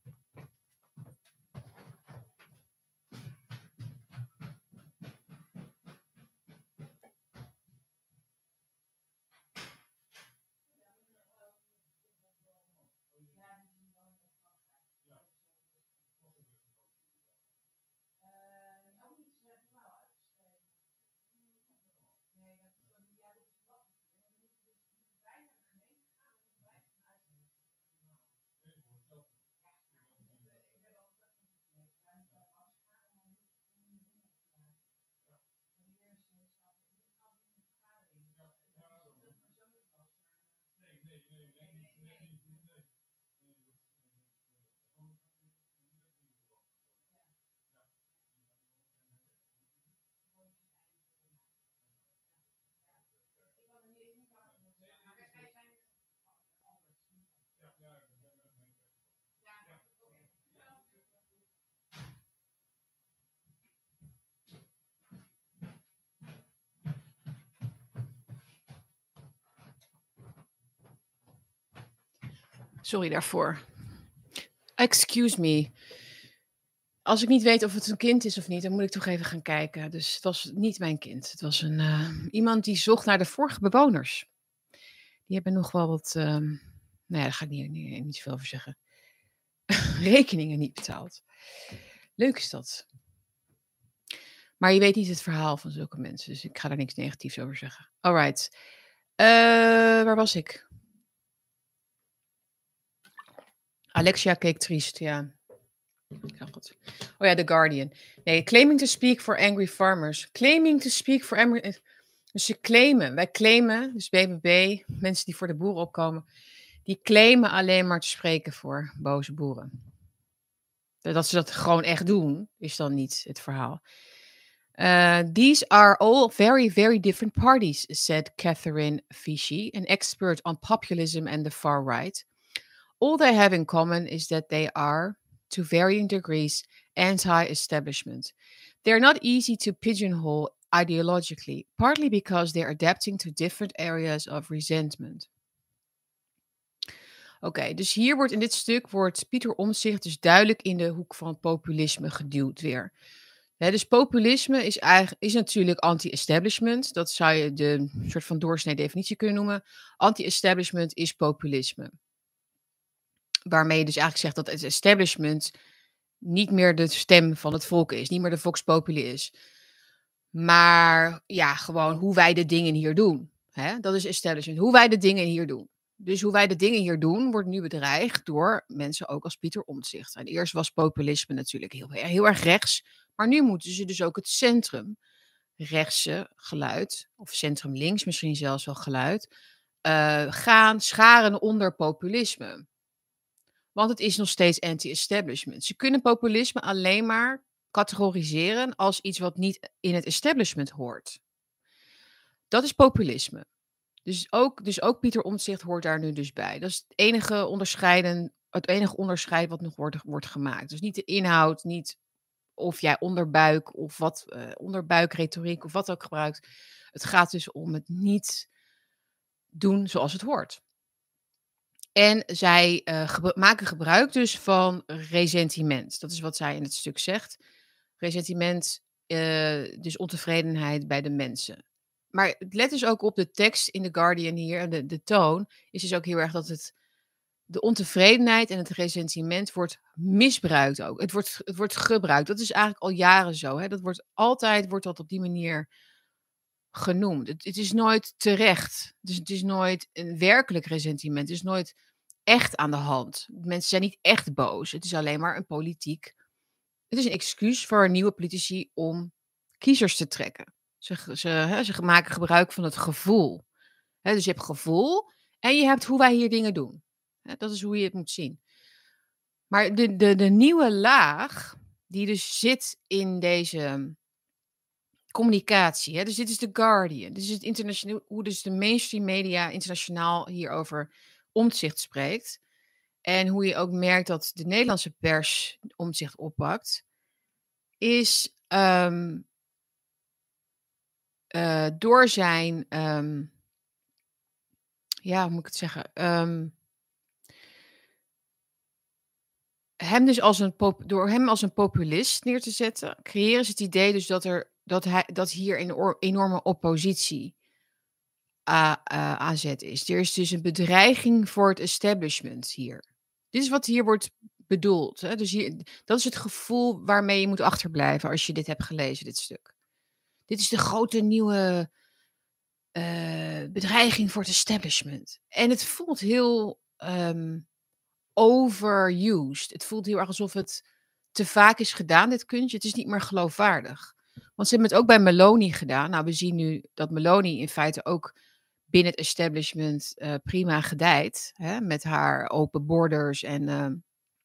Speaker 1: Sorry daarvoor. Excuse me. Als ik niet weet of het een kind is of niet, dan moet ik toch even gaan kijken. Dus het was niet mijn kind. Het was iemand die zocht naar de vorige bewoners. Die hebben nog wel wat, nou ja, daar ga ik niet zoveel over zeggen. Rekeningen niet betaald. Leuk is dat. Maar je weet niet het verhaal van zulke mensen. Dus ik ga daar niks negatiefs over zeggen. Alright. Waar was ik? Alexia keek triest, ja. Ik zag het. Oh ja, The Guardian. Nee, claiming to speak for angry farmers. Claiming to speak for angry... Dus ze claimen. Wij claimen, dus BBB, mensen die voor de boeren opkomen, die claimen alleen maar te spreken voor boze boeren. Dat ze dat gewoon echt doen, is dan niet het verhaal. These are all very, very different parties, said Catherine Fishy, an expert on populism and the far right. All they have in common is that they are, to varying degrees, anti establishment. They're not easy to pigeonhole ideologically, partly because they're adapting to different areas of resentment. Oké, dus hier wordt in dit stuk wordt Pieter Omtzigt dus duidelijk in de hoek van populisme geduwd weer. Dus populisme is natuurlijk anti-establishment. Dat zou je de soort van doorsnee definitie kunnen noemen. Anti-establishment is populisme. Waarmee je dus eigenlijk zegt dat het establishment niet meer de stem van het volk is. Niet meer de vox populi is. Maar ja, gewoon hoe wij de dingen hier doen. Dat is establishment. Hoe wij de dingen hier doen. Dus hoe wij de dingen hier doen, wordt nu bedreigd door mensen ook als Pieter Omtzigt. En eerst was populisme natuurlijk heel erg rechts. Maar nu moeten ze dus ook het centrumrechtse geluid, of centrum links misschien zelfs wel geluid, gaan scharen onder populisme. Want het is nog steeds anti-establishment. Ze kunnen populisme alleen maar categoriseren als iets wat niet in het establishment hoort. Dat is populisme. Dus ook Pieter Omtzigt hoort daar nu dus bij. Dat is het enige onderscheid wat nog wordt gemaakt. Dus niet de inhoud, niet of jij onderbuik of wat onderbuikretoriek of wat ook gebruikt. Het gaat dus om het niet doen zoals het hoort. En zij maken gebruik dus van ressentiment. Dat is wat zij in het stuk zegt. Ressentiment, dus ontevredenheid bij de mensen. Maar let dus ook op de tekst in The Guardian hier, de toon, is dus ook heel erg dat de ontevredenheid en het ressentiment wordt misbruikt ook. Het wordt gebruikt. Dat is eigenlijk al jaren zo. Hè? Wordt dat op die manier genoemd. Het is nooit terecht. Dus het is nooit een werkelijk ressentiment. Het is nooit echt aan de hand. Mensen zijn niet echt boos. Het is alleen maar het is een excuus voor nieuwe politici om kiezers te trekken. Ze maken gebruik van het gevoel. Dus je hebt gevoel en je hebt hoe wij hier dingen doen. Dat is hoe je het moet zien. Maar de nieuwe laag die dus zit in deze communicatie. Dus dit is The Guardian. Dit is het internationaal, hoe dus de mainstream media internationaal hierover Omtzigt spreekt. En hoe je ook merkt dat de Nederlandse pers Omtzigt oppakt. Is door zijn, hoe moet ik het zeggen? Door hem als een populist neer te zetten, creëren ze het idee dus dat hier een enorme oppositie aan zet is. Er is dus een bedreiging voor het establishment hier. Dit is wat hier wordt bedoeld. Hè? Dus dat is het gevoel waarmee je moet achterblijven als je dit hebt gelezen, dit stuk. Dit is de grote nieuwe bedreiging voor het establishment. En het voelt heel overused. Het voelt heel erg alsof het te vaak is gedaan, dit kunstje. Het is niet meer geloofwaardig. Want ze hebben het ook bij Meloni gedaan. Nou, we zien nu dat Meloni in feite ook binnen het establishment prima gedijt. Hè, met haar open borders en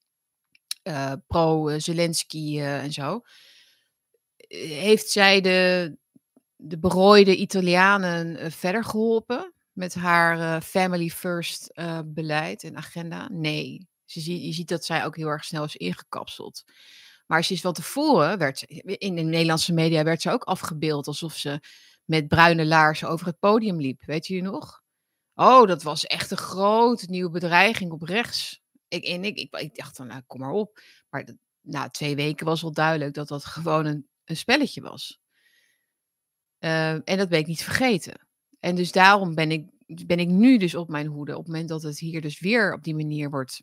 Speaker 1: pro-Zelensky en zo. Heeft zij de berooide Italianen verder geholpen met haar family first beleid en agenda? Nee. Je ziet dat zij ook heel erg snel is ingekapseld. Maar ze is wel tevoren, in de Nederlandse media werd ze ook afgebeeld alsof ze met bruine laarzen over het podium liep. Weet jullie nog? Oh, dat was echt een grote nieuwe bedreiging op rechts. Ik dacht dan, nou, kom maar op. Maar na 2 weken was wel duidelijk dat dat gewoon een spelletje was. En dat ben ik niet vergeten. En dus daarom ben ik nu dus op mijn hoede. Op het moment dat het hier dus weer op die manier wordt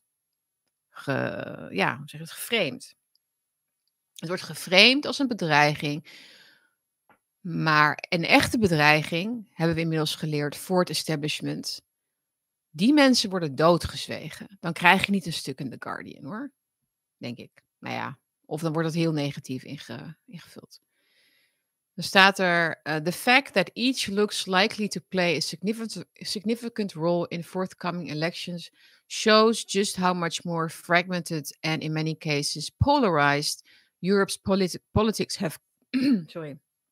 Speaker 1: geframed. Het wordt geframed als een bedreiging. Maar een echte bedreiging, hebben we inmiddels geleerd, voor het establishment. Die mensen worden doodgezwegen. Dan krijg je niet een stuk in The Guardian, hoor. Denk ik. Nou ja, of dan wordt het heel negatief ingevuld. Dan staat er, the fact that each looks likely to play a significant role in forthcoming elections shows just how much more fragmented and in many cases polarized Europe's politics have sorry,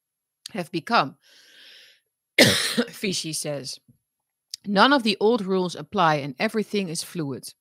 Speaker 1: have become. Fishy says, none of the old rules apply and everything is fluid.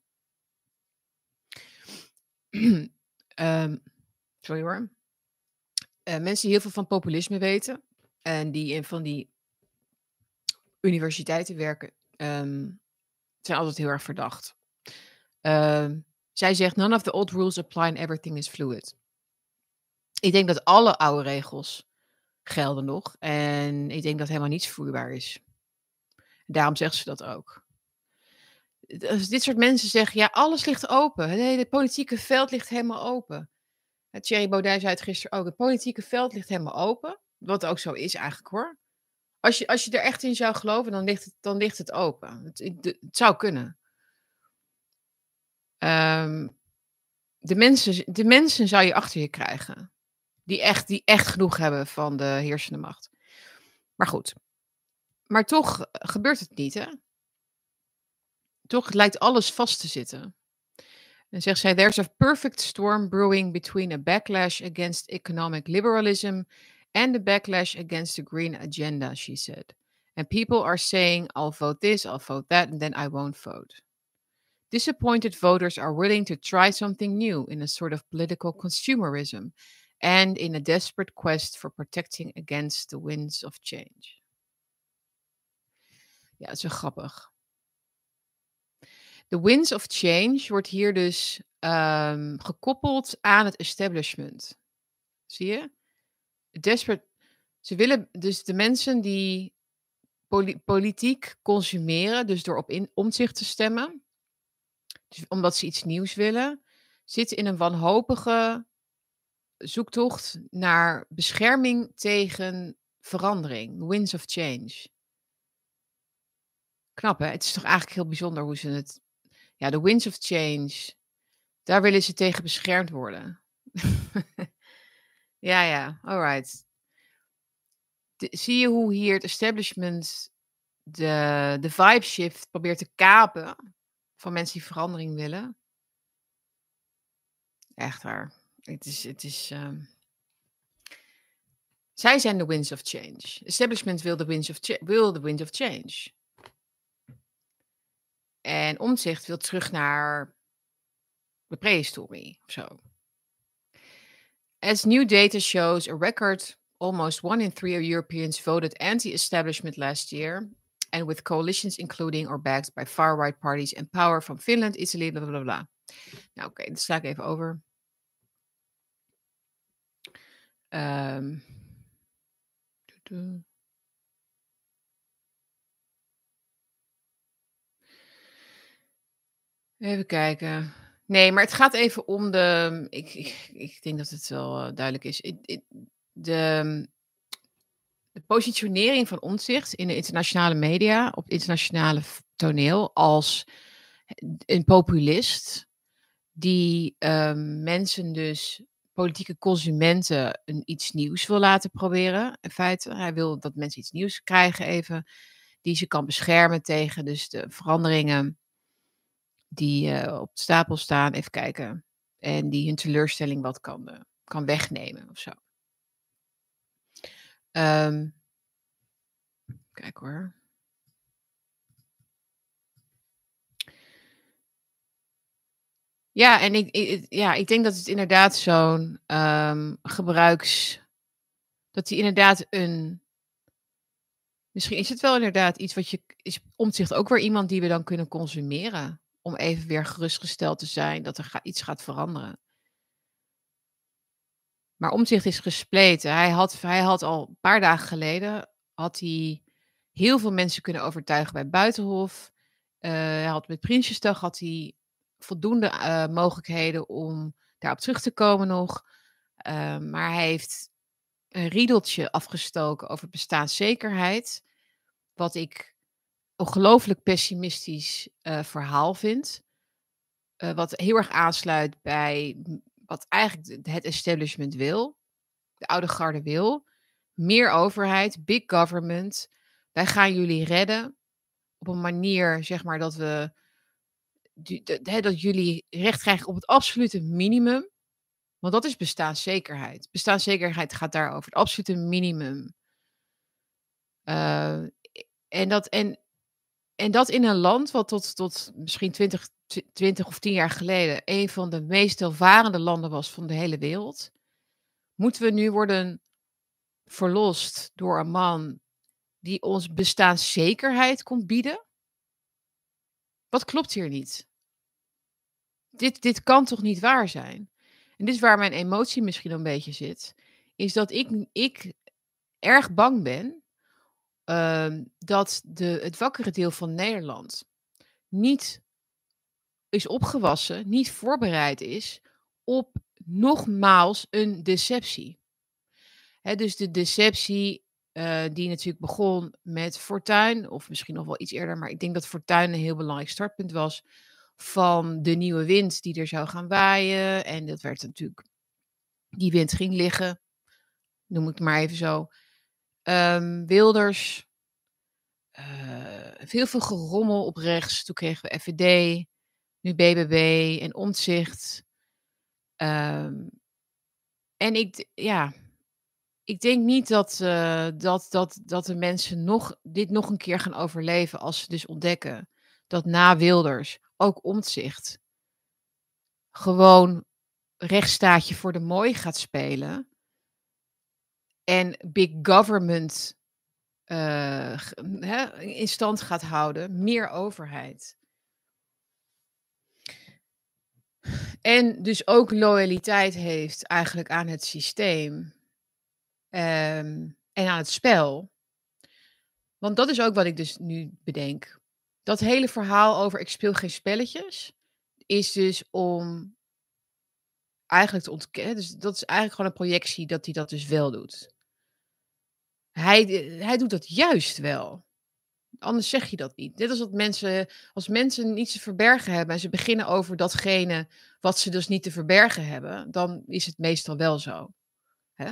Speaker 1: Sorry hoor. Mensen die heel veel van populisme weten en die in van die universiteiten werken, zijn altijd heel erg verdacht. Zij zegt, none of the old rules apply and everything is fluid. Ik denk dat alle oude regels gelden nog en ik denk dat helemaal niets vloeibaar is. Daarom zegt ze dat ook. Als dit soort mensen zeggen, ja, alles ligt open. Het hele politieke veld ligt helemaal open. Thierry Baudet zei het gisteren ook. Het politieke veld ligt helemaal open. Wat ook zo is eigenlijk hoor. Als je er echt in zou geloven, dan ligt het open. Het zou kunnen. De mensen zou je achter je krijgen. Die echt genoeg hebben van de heersende macht. Maar goed. Maar toch gebeurt het niet, hè? Toch lijkt alles vast te zitten. En zegt zij, there's a perfect storm brewing between a backlash against economic liberalism and the backlash against the green agenda, she said. And people are saying, I'll vote this, I'll vote that, and then I won't vote. Disappointed voters are willing to try something new in a sort of political consumerism and in a desperate quest for protecting against the winds of change. Ja, dat is wel grappig. The winds of change wordt hier dus gekoppeld aan het establishment. Zie je? Desperate. Ze willen dus de mensen die politiek consumeren, dus door op Omtzigt te stemmen, dus omdat ze iets nieuws willen, zitten in een wanhopige zoektocht naar bescherming tegen verandering. Winds of change. Knap hè? Het is toch eigenlijk heel bijzonder hoe ze het... Ja, de winds of change, daar willen ze tegen beschermd worden. Ja, alright. Zie je hoe hier het establishment de vibe shift probeert te kapen van mensen die verandering willen? Echt waar. Het is zij zijn de winds of change. Establishment wil de winds of change. En Omtzigt wil terug naar de prehistorie of zo. As new data shows, a record almost 1 in 3 Europeans voted anti-establishment last year. And with coalitions including or backed by far-right parties in power from Finland, Italy, bla bla bla. Nou oké, dat sla ik even over. Even kijken. Nee, maar het gaat even om de... Ik denk dat het wel duidelijk is. De positionering van Omtzigt in de internationale media, op het internationale toneel, als een populist die mensen dus, politieke consumenten, iets nieuws wil laten proberen. In feite, hij wil dat mensen iets nieuws krijgen even, die ze kan beschermen tegen dus de veranderingen die op de stapel staan. Even kijken. En die hun teleurstelling wat kan wegnemen of zo. Kijk hoor. Ja, en ik denk dat het inderdaad zo'n dat die inderdaad misschien is het wel inderdaad iets is Omtzigt ook weer iemand die we dan kunnen consumeren. Om even weer gerustgesteld te zijn dat er iets gaat veranderen. Maar Omtzigt is gespleten. Hij had al een paar dagen geleden heel veel mensen kunnen overtuigen bij Buitenhof. Hij had met Prinsjesdag voldoende mogelijkheden om daarop terug te komen nog. Maar hij heeft een riedeltje afgestoken over bestaanszekerheid. Wat ik ongelooflijk pessimistisch verhaal vind. Wat heel erg aansluit bij wat eigenlijk het establishment wil. De oude garde wil. Meer overheid, big government. Wij gaan jullie redden. Op een manier, zeg maar, dat jullie recht krijgen op het absolute minimum. Want dat is bestaanszekerheid. Bestaanszekerheid gaat daarover. Het absolute minimum Uh, en dat in een land wat tot misschien 20 of 10 jaar geleden een van de meest welvarende landen was van de hele wereld. Moeten we nu worden verlost door een man die ons bestaanszekerheid komt bieden? Wat klopt hier niet? Dit kan toch niet waar zijn? En dit is waar mijn emotie misschien een beetje zit, is dat ik erg bang ben, dat het wakkere deel van Nederland niet is opgewassen, niet voorbereid is op nogmaals een deceptie. Dus de deceptie, die natuurlijk begon met Fortuyn, of misschien nog wel iets eerder, maar ik denk dat Fortuyn een heel belangrijk startpunt was van de nieuwe wind die er zou gaan waaien. En dat werd natuurlijk, die wind ging liggen, noem ik het maar even zo. Wilders, heel veel gerommel op rechts. Toen kregen we FVD, nu BBB en Omtzigt. Ehm, en ik denk niet dat de mensen dit nog een keer gaan overleven als ze dus ontdekken dat na Wilders ook Omtzigt gewoon rechtsstaatje voor de mooi gaat spelen en big government in stand gaat houden, meer overheid. En dus ook loyaliteit heeft eigenlijk aan het systeem en aan het spel. Want dat is ook wat ik dus nu bedenk. Dat hele verhaal over ik speel geen spelletjes is dus om eigenlijk te ontkennen. Dus dat is eigenlijk gewoon een projectie dat hij dat dus wel doet. Hij doet dat juist wel. Anders zeg je dat niet. Net als als mensen niets te verbergen hebben en ze beginnen over datgene wat ze dus niet te verbergen hebben, dan is het meestal wel zo. Hè?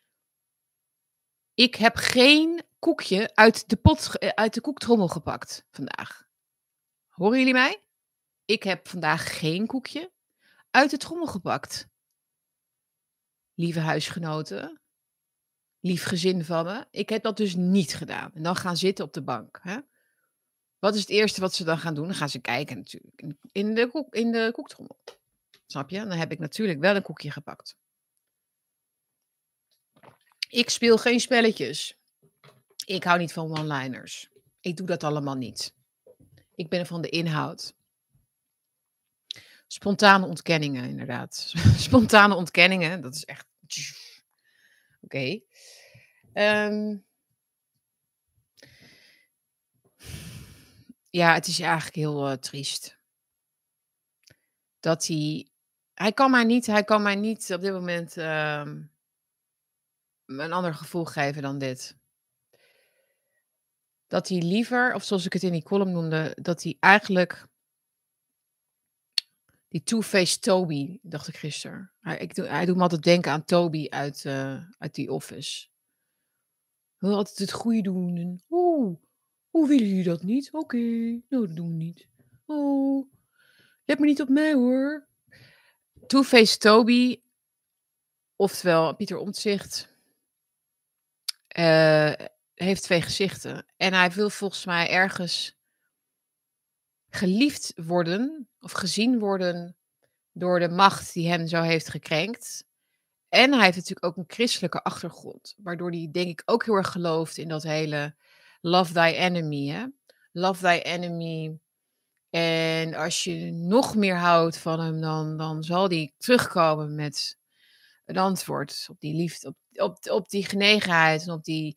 Speaker 1: Ik heb geen koekje uit de koektrommel gepakt vandaag. Horen jullie mij? Ik heb vandaag geen koekje uit de trommel gepakt. Lieve huisgenoten, lief gezin van me, ik heb dat dus niet gedaan. En dan gaan zitten op de bank. Hè? Wat is het eerste wat ze dan gaan doen? Dan gaan ze kijken natuurlijk in de koektrommel. Snap je? Dan heb ik natuurlijk wel een koekje gepakt. Ik speel geen spelletjes. Ik hou niet van one-liners. Ik doe dat allemaal niet. Ik ben van de inhoud. Spontane ontkenningen, inderdaad. Spontane ontkenningen, dat is echt... Oké. Ja, het is eigenlijk heel triest. Dat hij kan mij niet op dit moment een ander gevoel geven dan dit. Dat hij liever, of zoals ik het in die column noemde, dat hij eigenlijk die two-faced Toby, dacht ik gisteren. Hij doet me altijd denken aan Toby uit The Office. Hij wil altijd het goede doen. En, hoe willen jullie dat niet? Oké, nou dat doen we niet. Oh, let me niet op mij hoor. Two-faced Toby, oftewel Pieter Omtzigt, heeft 2 gezichten. En hij wil volgens mij ergens geliefd worden of gezien worden door de macht die hem zo heeft gekrenkt. En hij heeft natuurlijk ook een christelijke achtergrond, waardoor hij denk ik ook heel erg gelooft in dat hele love thy enemy. Hè? Love thy enemy. En als je nog meer houdt van hem, dan zal hij terugkomen met een antwoord op die liefde, op die genegenheid en op die...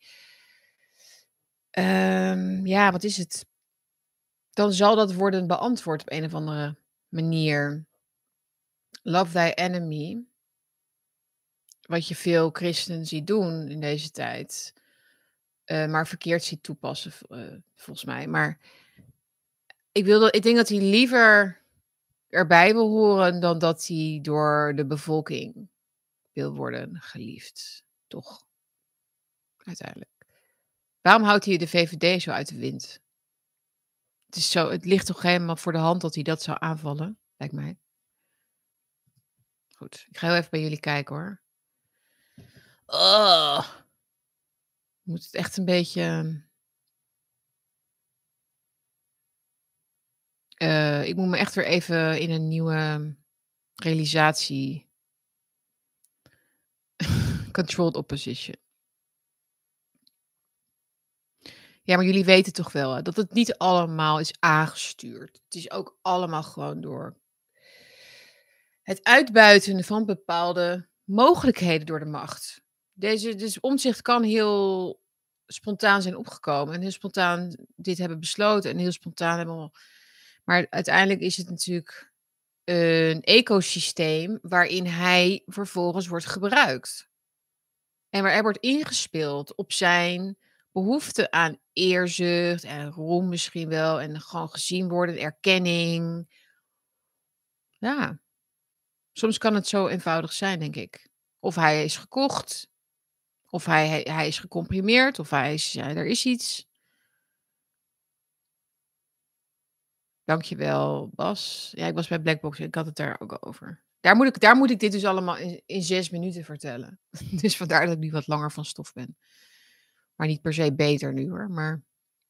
Speaker 1: wat is het? Dan zal dat worden beantwoord op een of andere manier. Love thy enemy. Wat je veel christenen ziet doen in deze tijd. Maar verkeerd ziet toepassen, volgens mij. Maar ik denk dat hij liever erbij wil horen dan dat hij door de bevolking wil worden geliefd. Toch? Uiteindelijk. Waarom houdt hij de VVD zo uit de wind? Het ligt toch helemaal voor de hand dat hij dat zou aanvallen, lijkt mij. Goed, ik ga heel even bij jullie kijken hoor. Ik moet het echt een beetje Ik moet me echt weer even in een nieuwe realisatie controlled opposition. Ja, maar jullie weten toch wel, hè, dat het niet allemaal is aangestuurd. Het is ook allemaal gewoon door het uitbuiten van bepaalde mogelijkheden door de macht. Dus Omtzigt kan heel spontaan zijn opgekomen en heel spontaan dit hebben besloten en heel spontaan hebben maar uiteindelijk is het natuurlijk een ecosysteem waarin hij vervolgens wordt gebruikt. En waar er wordt ingespeeld op zijn behoefte aan eerzucht en roem misschien wel en gewoon gezien worden, erkenning. Ja, soms kan het zo eenvoudig zijn, denk ik. Of hij is gekocht, of hij is gecomprimeerd, of ja, er is iets. Dankjewel, Bas. Ja, ik was bij Blackbox en ik had het daar ook over. Daar moet ik dit dus allemaal in 6 minuten vertellen. Dus vandaar dat ik nu wat langer van stof ben. Maar niet per se beter nu hoor. Maar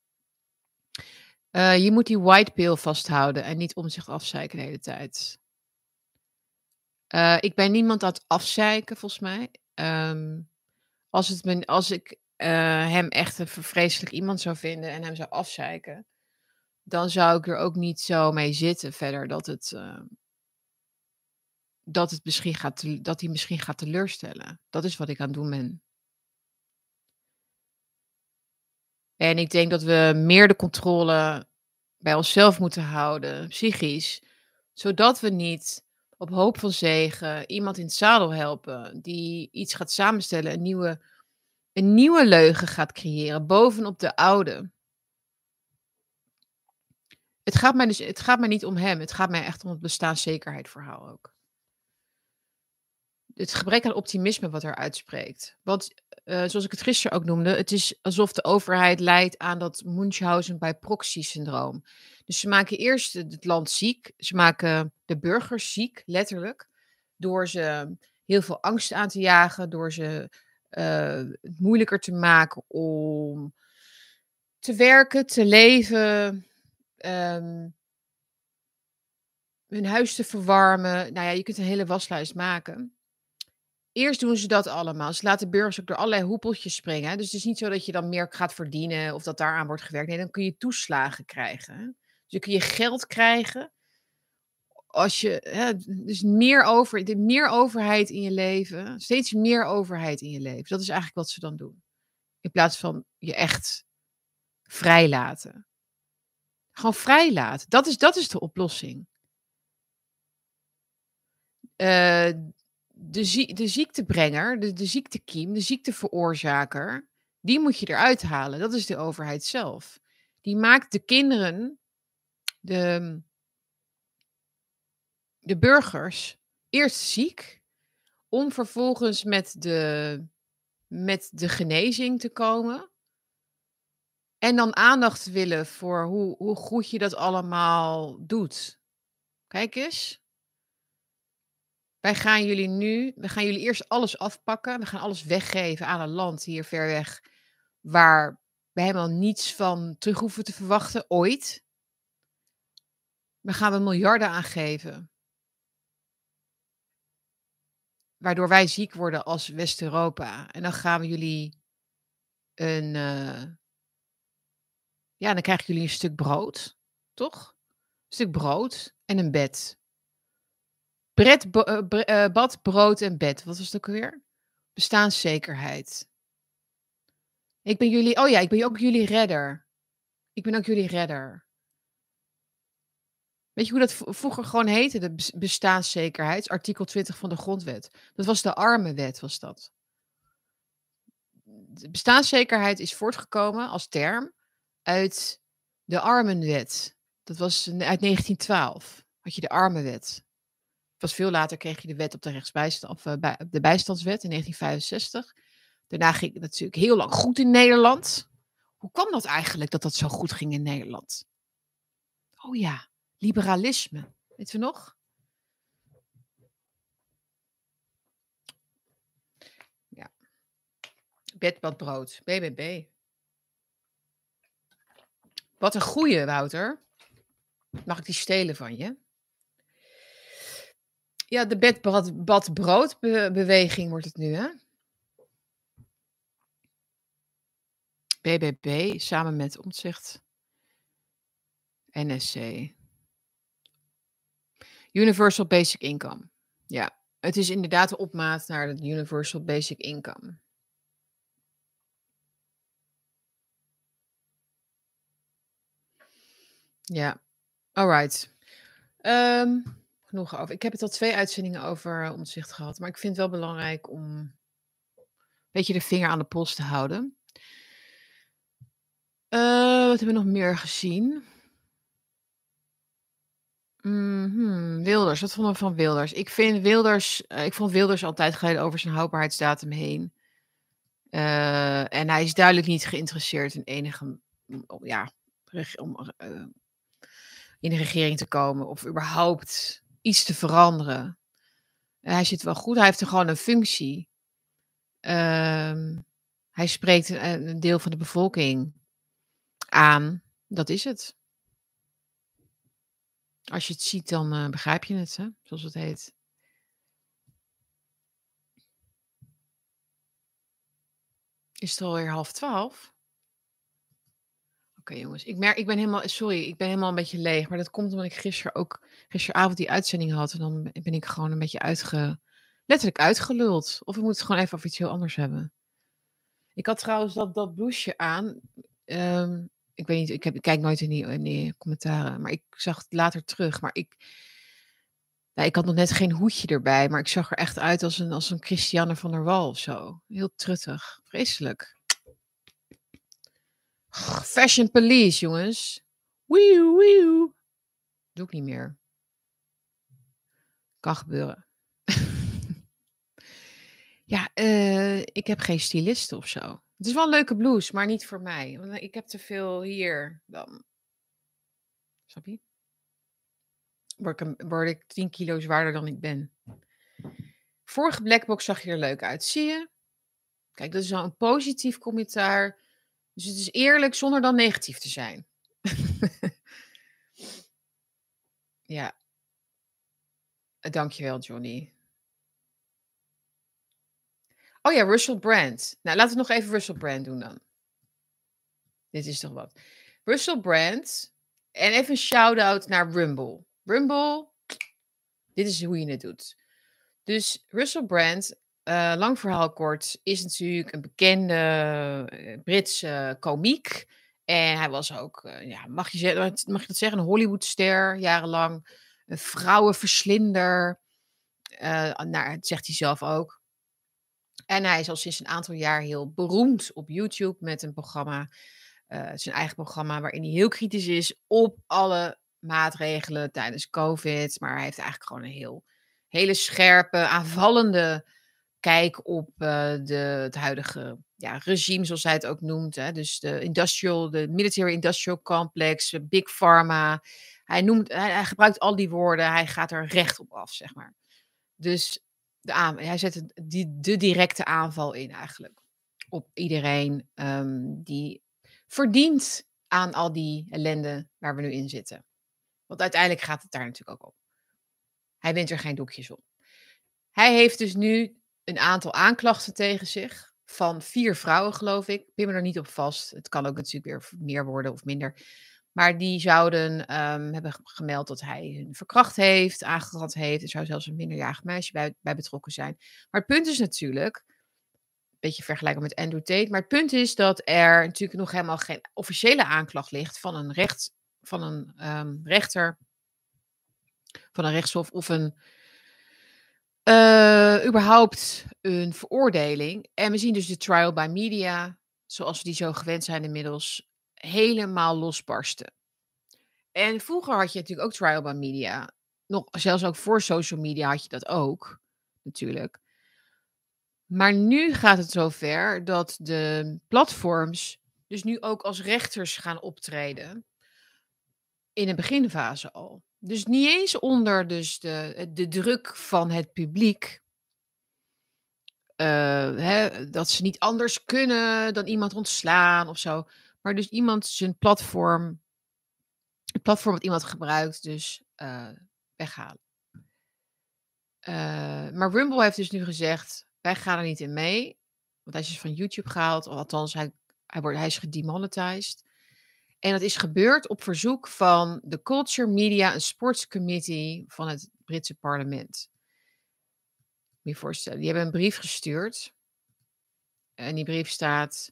Speaker 1: je moet die white pill vasthouden en niet om zich afzeiken de hele tijd. Ik ben niemand aan het afzeiken, volgens mij. Als ik hem echt een vreselijk iemand zou vinden en hem zou afzeiken, dan zou ik er ook niet zo mee zitten verder dat hij misschien gaat teleurstellen. Dat is wat ik aan het doen ben. En ik denk dat we meer de controle bij onszelf moeten houden, psychisch, zodat we niet op hoop van zegen iemand in het zadel helpen die iets gaat samenstellen, een nieuwe leugen gaat creëren bovenop de oude. Het gaat mij niet om hem, het gaat mij echt om het bestaanszekerheid verhaal ook. Het gebrek aan optimisme wat er uitspreekt. Want, zoals ik het gisteren ook noemde, het is alsof de overheid lijdt aan dat Munchausen by proxy syndroom. Dus ze maken eerst het land ziek, ze maken de burgers ziek, letterlijk, door ze heel veel angst aan te jagen, door ze het moeilijker te maken om te werken, te leven, ehm, hun huis te verwarmen. Nou ja, je kunt een hele waslijst maken. Eerst doen ze dat allemaal. Ze laten burgers ook door allerlei hoepeltjes springen, hè. Dus het is niet zo dat je dan meer gaat verdienen of dat daaraan wordt gewerkt. Nee, dan kun je toeslagen krijgen, hè. Dus dan kun je geld krijgen als je hè, dus meer overheid in je leven, steeds meer overheid in je leven. Dat is eigenlijk wat ze dan doen. In plaats van je echt vrijlaten. Gewoon vrijlaten. Dat is de oplossing. Eh, de ziektebrenger, de ziektekiem, de ziekteveroorzaker, die moet je eruit halen. Dat is de overheid zelf. Die maakt de kinderen, de, de burgers, eerst ziek, om vervolgens met de genezing te komen. En dan aandacht te willen voor hoe goed je dat allemaal doet. Kijk eens. We gaan jullie eerst alles afpakken. We gaan alles weggeven aan een land hier ver weg, waar we helemaal niets van terug hoeven te verwachten, ooit. Daar gaan we miljarden aan geven. Waardoor wij ziek worden als West-Europa. En dan gaan we jullie dan krijgen jullie een stuk brood, toch? Een stuk brood en een bed. Bad, brood en bed. Wat was het ook alweer? Bestaanszekerheid. Ik ben ook jullie redder. Ik ben ook jullie redder. Weet je hoe dat vroeger gewoon heette? De bestaanszekerheid, artikel 20 van de grondwet. Dat was de armenwet, was dat. De bestaanszekerheid is voortgekomen als term uit de armenwet. Dat was uit 1912. Had je de armenwet. Pas veel later kreeg je de wet op de de bijstandswet in 1965. Daarna ging het natuurlijk heel lang goed in Nederland. Hoe kwam dat eigenlijk dat dat zo goed ging in Nederland? Oh ja, liberalisme. Weet je nog? Ja. Bed, bad, brood. BBB. Wat een goeie, Wouter. Mag ik die stelen van je? Ja, de bed-bad-brood-beweging wordt het nu, hè? BBB samen met Omtzigt, NSC. Universal Basic Income. Ja, het is inderdaad de opmaat naar het Universal Basic Income. Ja, alright. Genoeg over. Ik heb het al 2 uitzendingen over Omtzigt gehad, maar ik vind het wel belangrijk om een beetje de vinger aan de pols te houden. Wat hebben we nog meer gezien? Wilders, wat vonden we van Wilders? Ik vond Wilders altijd geleden over zijn houdbaarheidsdatum heen. En hij is duidelijk niet geïnteresseerd in enige, ja, om in de regering te komen of überhaupt iets te veranderen. Hij zit wel goed, hij heeft er gewoon een functie. Hij spreekt een deel van de bevolking aan. Dat is het. Als je het ziet, dan begrijp je het, hè? Zoals het heet. Is het alweer 11:30? Oké, jongens. Ik ben helemaal een beetje leeg. Maar dat komt omdat ik gisteravond die uitzending had. En dan ben ik gewoon een beetje letterlijk uitgeluld. Of we moeten het gewoon even over iets heel anders hebben. Ik had trouwens dat blouseje aan. Ik weet niet, ik kijk nooit in die commentaren. Maar ik zag het later terug. Maar ik had nog net geen hoedje erbij. Maar ik zag er echt uit als een Christiane van der Wal of zo. Heel truttig. Vreselijk. Fashion police, jongens. Wieuw, wieuw. Doe ik niet meer. Kan gebeuren. Ja, ik heb geen styliste of zo. Het is wel een leuke blouse, maar niet voor mij. Want ik heb te veel hier dan. Snap je? Word ik 10 kilo zwaarder dan ik ben. Vorige Blackbox zag je er leuk uit. Zie je? Kijk, dat is wel een positief commentaar. Dus het is eerlijk zonder dan negatief te zijn. Ja. Dankjewel, Johnny. Oh ja, Russell Brand. Nou, laten we nog even Russell Brand doen dan. Dit is toch wat. Russell Brand. En even een shout-out naar Rumble. Rumble, dit is hoe je het doet. Dus Russell Brand, lang verhaal kort, is natuurlijk een bekende Britse komiek. En hij was ook, mag je dat zeggen, een Hollywoodster jarenlang. Een vrouwenverslinder. Dat zegt hij zelf ook. En hij is al sinds een aantal jaar heel beroemd op YouTube met een programma, zijn eigen programma, waarin hij heel kritisch is op alle maatregelen tijdens COVID. Maar hij heeft eigenlijk gewoon een hele scherpe, aanvallende kijk op het huidige regime, zoals hij het ook noemt. Hè. Dus de military industrial complex, Big Pharma. Hij gebruikt al die woorden, hij gaat er recht op af, zeg maar. Dus hij zet de directe aanval in eigenlijk. Op iedereen die verdient aan al die ellende waar we nu in zitten. Want uiteindelijk gaat het daar natuurlijk ook om. Hij wint er geen doekjes om. Hij heeft dus nu een aantal aanklachten tegen zich. Van 4 vrouwen, geloof ik. Ik pin me er niet op vast. Het kan ook natuurlijk weer meer worden of minder. Maar die zouden hebben gemeld dat hij hun verkracht heeft, aangerand heeft. Er zou zelfs een minderjarig meisje bij betrokken zijn. Maar het punt is natuurlijk, een beetje vergelijkbaar met Andrew Tate. Maar het punt is dat er natuurlijk nog helemaal geen officiële aanklacht ligt van een rechter, van een rechtshof of überhaupt een veroordeling. En we zien dus de trial by media, zoals we die zo gewend zijn inmiddels, helemaal losbarsten. En vroeger had je natuurlijk ook trial by media. Zelfs ook voor social media had je dat ook, natuurlijk. Maar nu gaat het zover dat de platforms dus nu ook als rechters gaan optreden. In een beginfase al. Dus niet eens onder dus de druk van het publiek. Dat ze niet anders kunnen dan iemand ontslaan of zo. Maar dus iemand zijn platform Het platform wat iemand gebruikt, dus weghalen. Maar Rumble heeft dus nu gezegd: wij gaan er niet in mee. Want hij is dus van YouTube gehaald, of althans, hij is gedemonetized. En dat is gebeurd op verzoek van de Culture, Media and Sports Committee van het Britse parlement. Moet je je voorstellen. Die hebben een brief gestuurd. En die brief staat.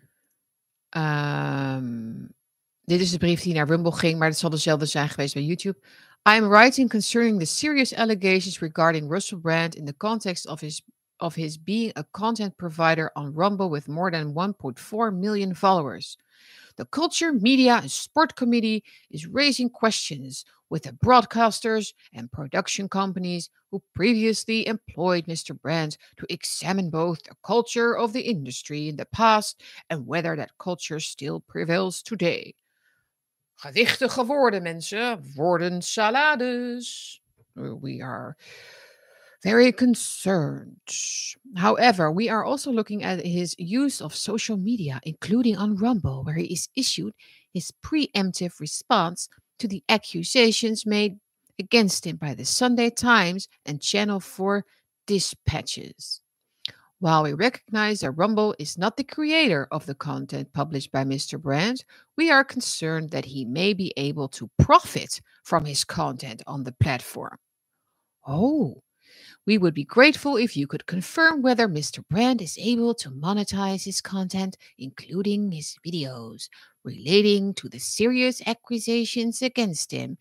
Speaker 1: Dit is de brief die naar Rumble ging, maar het zal dezelfde zijn geweest bij YouTube. I am writing concerning the serious allegations regarding Russell Brand in the context of his being a content provider on Rumble with more than 1.4 million followers. The Culture, Media and Sport Committee is raising questions with the broadcasters and production companies who previously employed Mr. Brand to examine both the culture of the industry in the past and whether that culture still prevails today. Gewichtige woorden, mensen. Woordensalades. We are very concerned. However, we are also looking at his use of social media, including on Rumble, where he is issued his preemptive response to the accusations made against him by the Sunday Times and Channel 4 dispatches. While we recognize that Rumble is not the creator of the content published by Mr. Brand, we are concerned that he may be able to profit from his content on the platform. Oh, we would be grateful if you could confirm whether Mr. Brand is able to monetize his content, including his videos, relating to the serious accusations against him.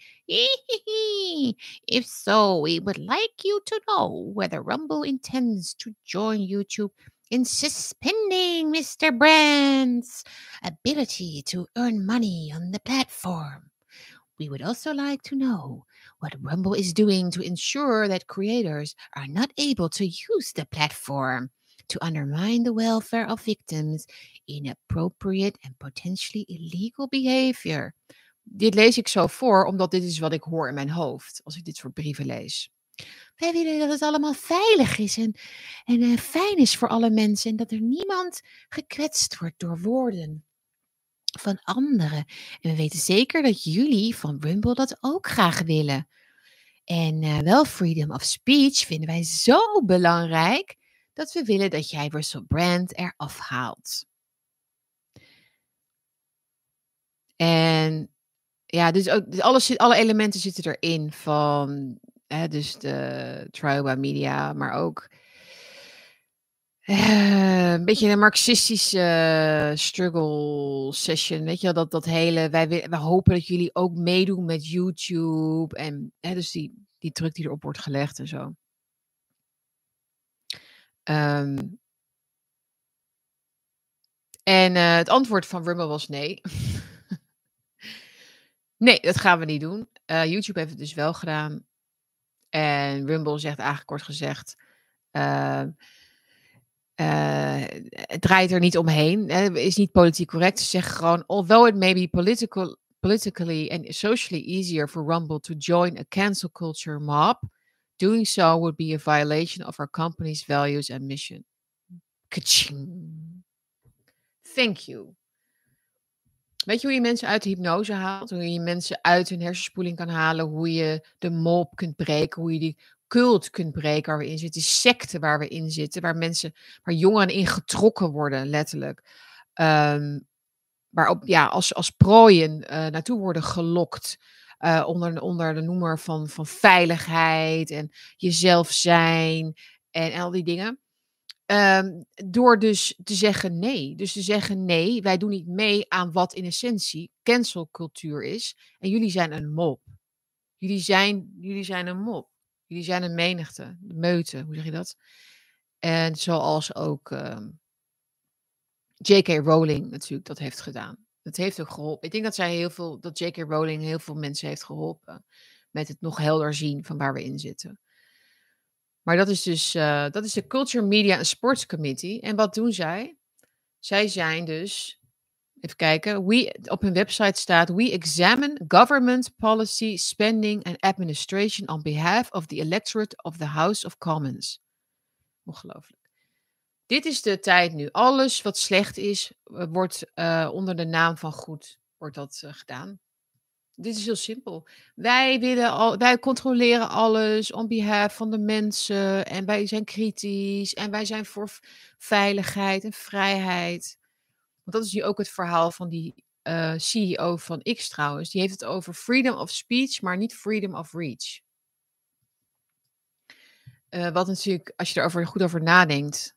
Speaker 1: If so, we would like you to know whether Rumble intends to join YouTube in suspending Mr. Brand's ability to earn money on the platform. We would also like to know what Rumble is doing to ensure that creators are not able to use the platform to undermine the welfare of victims inappropriate and potentially illegal behavior. Dit lees ik zo voor, omdat dit is wat ik hoor in mijn hoofd als ik dit soort brieven lees. Wij willen dat het allemaal veilig is en fijn is voor alle mensen en dat er niemand gekwetst wordt door woorden van anderen. En we weten zeker dat jullie van Rumble dat ook graag willen. En wel freedom of speech vinden wij zo belangrijk dat we willen dat jij Russell Brand eraf haalt. En ja, dus ook alle elementen zitten erin van dus de trial by media, maar ook een beetje een marxistische struggle session, weet je wel, dat hele, wij hopen dat jullie ook meedoen met YouTube en dus die druk die erop wordt gelegd en zo. En het antwoord van Rumble was nee. Nee, dat gaan we niet doen. YouTube heeft het dus wel gedaan. En Rumble zegt eigenlijk kort gezegd, het draait er niet omheen. Het is niet politiek correct. Ze zeggen gewoon, although it may be politically and socially easier for Rumble to join a cancel culture mob, doing so would be a violation of our company's values and mission. Kaching. Thank you. Weet je hoe je mensen uit de hypnose haalt? Hoe je mensen uit hun hersenspoeling kan halen? Hoe je de mob kunt breken? Hoe je die cult kunt breken waar we in zitten? Die secte waar we in zitten. Waar jongeren in getrokken worden, letterlijk. Waar als prooien naartoe worden gelokt. Onder de noemer van veiligheid en jezelf zijn en al die dingen. Door dus te zeggen nee. Dus te zeggen nee, wij doen niet mee aan wat in essentie cancelcultuur is. En jullie zijn een mob. Jullie zijn een mob. Jullie zijn een menigte. De meute, hoe zeg je dat? En zoals ook J.K. Rowling natuurlijk dat heeft gedaan. Dat heeft ook geholpen. Ik denk dat J.K. Rowling heel veel mensen heeft geholpen. Met het nog helder zien van waar we in zitten. Maar dat is dus dat is de Culture, Media and Sports Committee. En wat doen zij? Zij zijn dus, even kijken, op hun website staat, we examine government policy, spending and administration on behalf of the electorate of the House of Commons. Ongelooflijk. Dit is de tijd nu. Alles wat slecht is, wordt onder de naam van goed wordt dat gedaan. Dit is heel simpel. Wij controleren alles on behalf van de mensen en wij zijn kritisch en wij zijn voor veiligheid en vrijheid. Want dat is nu ook het verhaal van die CEO van X trouwens. Die heeft het over freedom of speech, maar niet freedom of reach. Wat natuurlijk, als je er goed over nadenkt,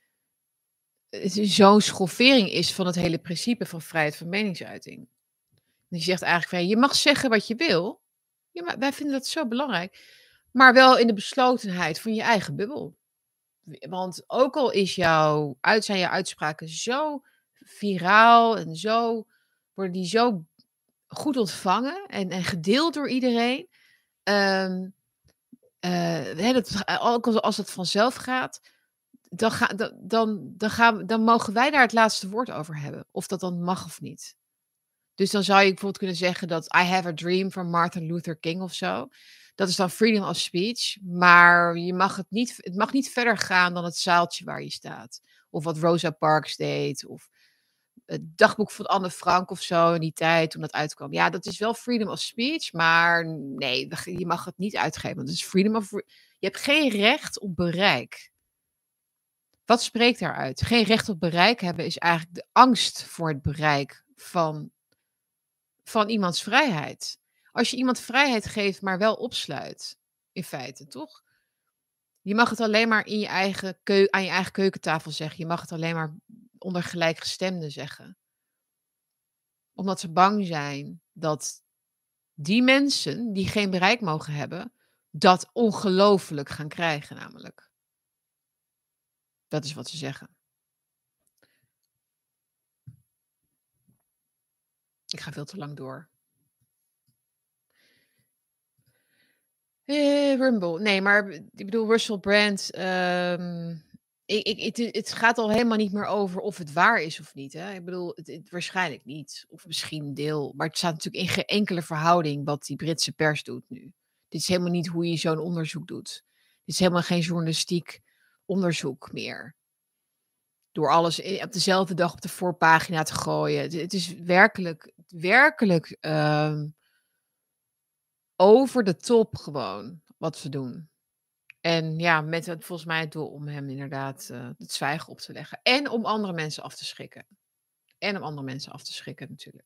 Speaker 1: zo'n schoffering is van het hele principe van vrijheid van meningsuiting. Die zegt eigenlijk van, je mag zeggen wat je wil. Ja, maar wij vinden dat zo belangrijk. Maar wel in de beslotenheid van je eigen bubbel. Want ook al zijn jouw uitspraken zo viraal en worden die zo goed ontvangen en gedeeld door iedereen. Ook als het vanzelf gaat, dan mogen wij daar het laatste woord over hebben. Of dat dan mag of niet. Dus dan zou je bijvoorbeeld kunnen zeggen dat I have a dream van Martin Luther King of zo. Dat is dan freedom of speech. Maar het mag niet verder gaan dan het zaaltje waar je staat. Of wat Rosa Parks deed. Of het dagboek van Anne Frank of zo in die tijd toen dat uitkwam. Ja, dat is wel freedom of speech. Maar nee, je mag het niet uitgeven. Want het is freedom of... Je hebt geen recht op bereik. Wat spreekt daaruit? Geen recht op bereik hebben is eigenlijk de angst voor het bereik van iemands vrijheid. Als je iemand vrijheid geeft, maar wel opsluit, in feite, toch? Je mag het alleen maar aan je eigen keukentafel zeggen. Je mag het alleen maar onder gelijkgestemden zeggen. Omdat ze bang zijn dat die mensen, die geen bereik mogen hebben, dat ongelooflijk gaan krijgen, namelijk. Dat is wat ze zeggen. Ik ga veel te lang door. Rumble. Nee, maar ik bedoel Russell Brand. Het gaat al helemaal niet meer over of het waar is of niet. Hè? Ik bedoel, waarschijnlijk niet. Of misschien een deel. Maar het staat natuurlijk in geen enkele verhouding wat die Britse pers doet nu. Dit is helemaal niet hoe je zo'n onderzoek doet. Dit is helemaal geen journalistiek onderzoek meer. Door alles op dezelfde dag op de voorpagina te gooien. Het is werkelijk over de top gewoon wat ze doen. En ja, met volgens mij het doel om hem inderdaad het zwijgen op te leggen. En om andere mensen af te schrikken. En om andere mensen af te schrikken natuurlijk.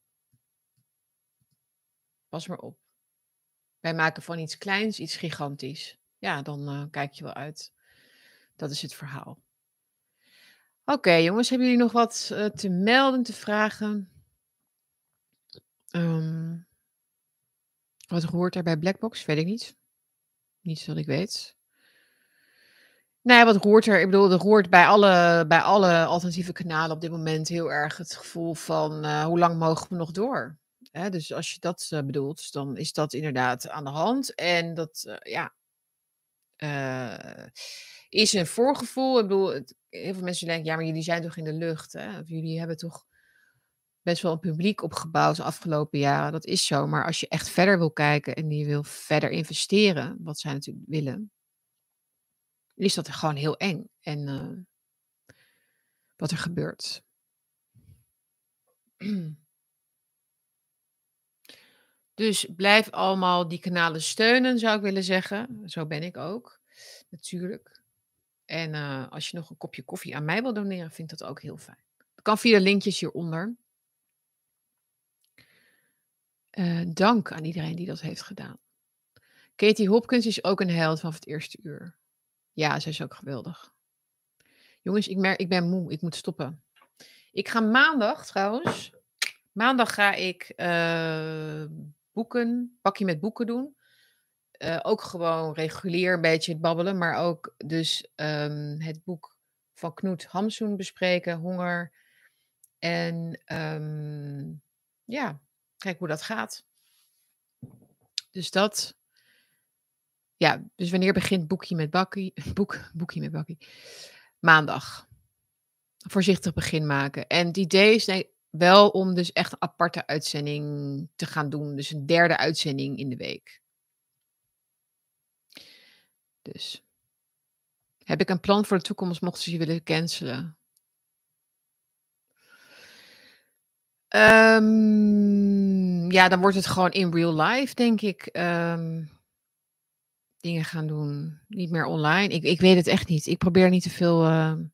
Speaker 1: Pas maar op. Wij maken van iets kleins iets gigantisch. Ja, dan kijk je wel uit. Dat is het verhaal. Oké, jongens, hebben jullie nog wat te melden, te vragen? Wat hoort er bij Blackbox? Weet ik niet. Niet dat ik weet. Nee, wat roert er? Ik bedoel, er roert bij alle alternatieve kanalen op dit moment heel erg het gevoel van hoe lang mogen we nog door? Hè, dus als je dat bedoelt, dan is dat inderdaad aan de hand. En dat is een voorgevoel. Ik bedoel, heel veel mensen denken, ja, maar jullie zijn toch in de lucht? Hè? Of jullie hebben toch best wel een publiek opgebouwd de afgelopen jaren. Dat is zo. Maar als je echt verder wil kijken en je wil verder investeren, wat zij natuurlijk willen, is dat gewoon heel eng. En wat er gebeurt. Dus blijf allemaal die kanalen steunen, zou ik willen zeggen. Zo ben ik ook, natuurlijk. En als je nog een kopje koffie aan mij wil doneren, vind ik dat ook heel fijn. Dat kan via de linkjes hieronder. Dank aan iedereen die dat heeft gedaan. Katie Hopkins is ook een held vanaf het eerste uur. Ja, zij is ook geweldig. Jongens, ik ben moe. Ik moet stoppen. Ik ga maandag trouwens. Maandag ga ik pakje met boeken doen. Ook gewoon regulier een beetje het babbelen. Maar ook dus het boek van Knut Hamsun bespreken. Honger. En ja, kijk hoe dat gaat. Dus dat. Ja, dus wanneer begint Boekje met Bakkie? Boekje met Bakkie. Maandag. Voorzichtig begin maken. En het idee is wel om dus echt een aparte uitzending te gaan doen. Dus een derde uitzending in de week. Dus. Heb ik een plan voor de toekomst mochten ze je willen cancelen? Ja, dan wordt het gewoon in real life, denk ik, dingen gaan doen. Niet meer online. Ik weet het echt niet. Ik probeer niet te veel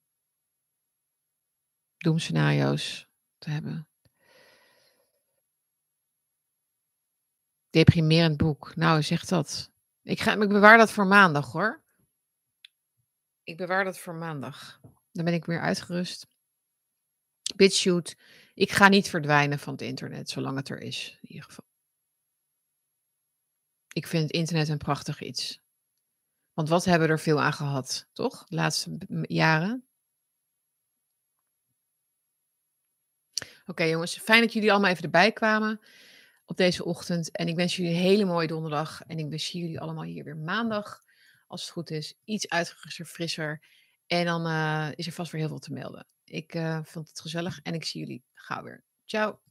Speaker 1: doemscenario's te hebben. Deprimerend boek. Nou, zeg dat. Ik bewaar dat voor maandag, hoor. Ik bewaar dat voor maandag. Dan ben ik weer uitgerust. BitChute. Ik ga niet verdwijnen van het internet, zolang het er is, in ieder geval. Ik vind het internet een prachtig iets. Want wat hebben we er veel aan gehad, toch? De laatste jaren. Oké, jongens, fijn dat jullie allemaal even erbij kwamen op deze ochtend. En ik wens jullie een hele mooie donderdag. En ik wens jullie allemaal hier weer maandag, als het goed is, iets uitgeruster, frisser. En dan is er vast weer heel veel te melden. Ik vond het gezellig en ik zie jullie gauw weer. Ciao.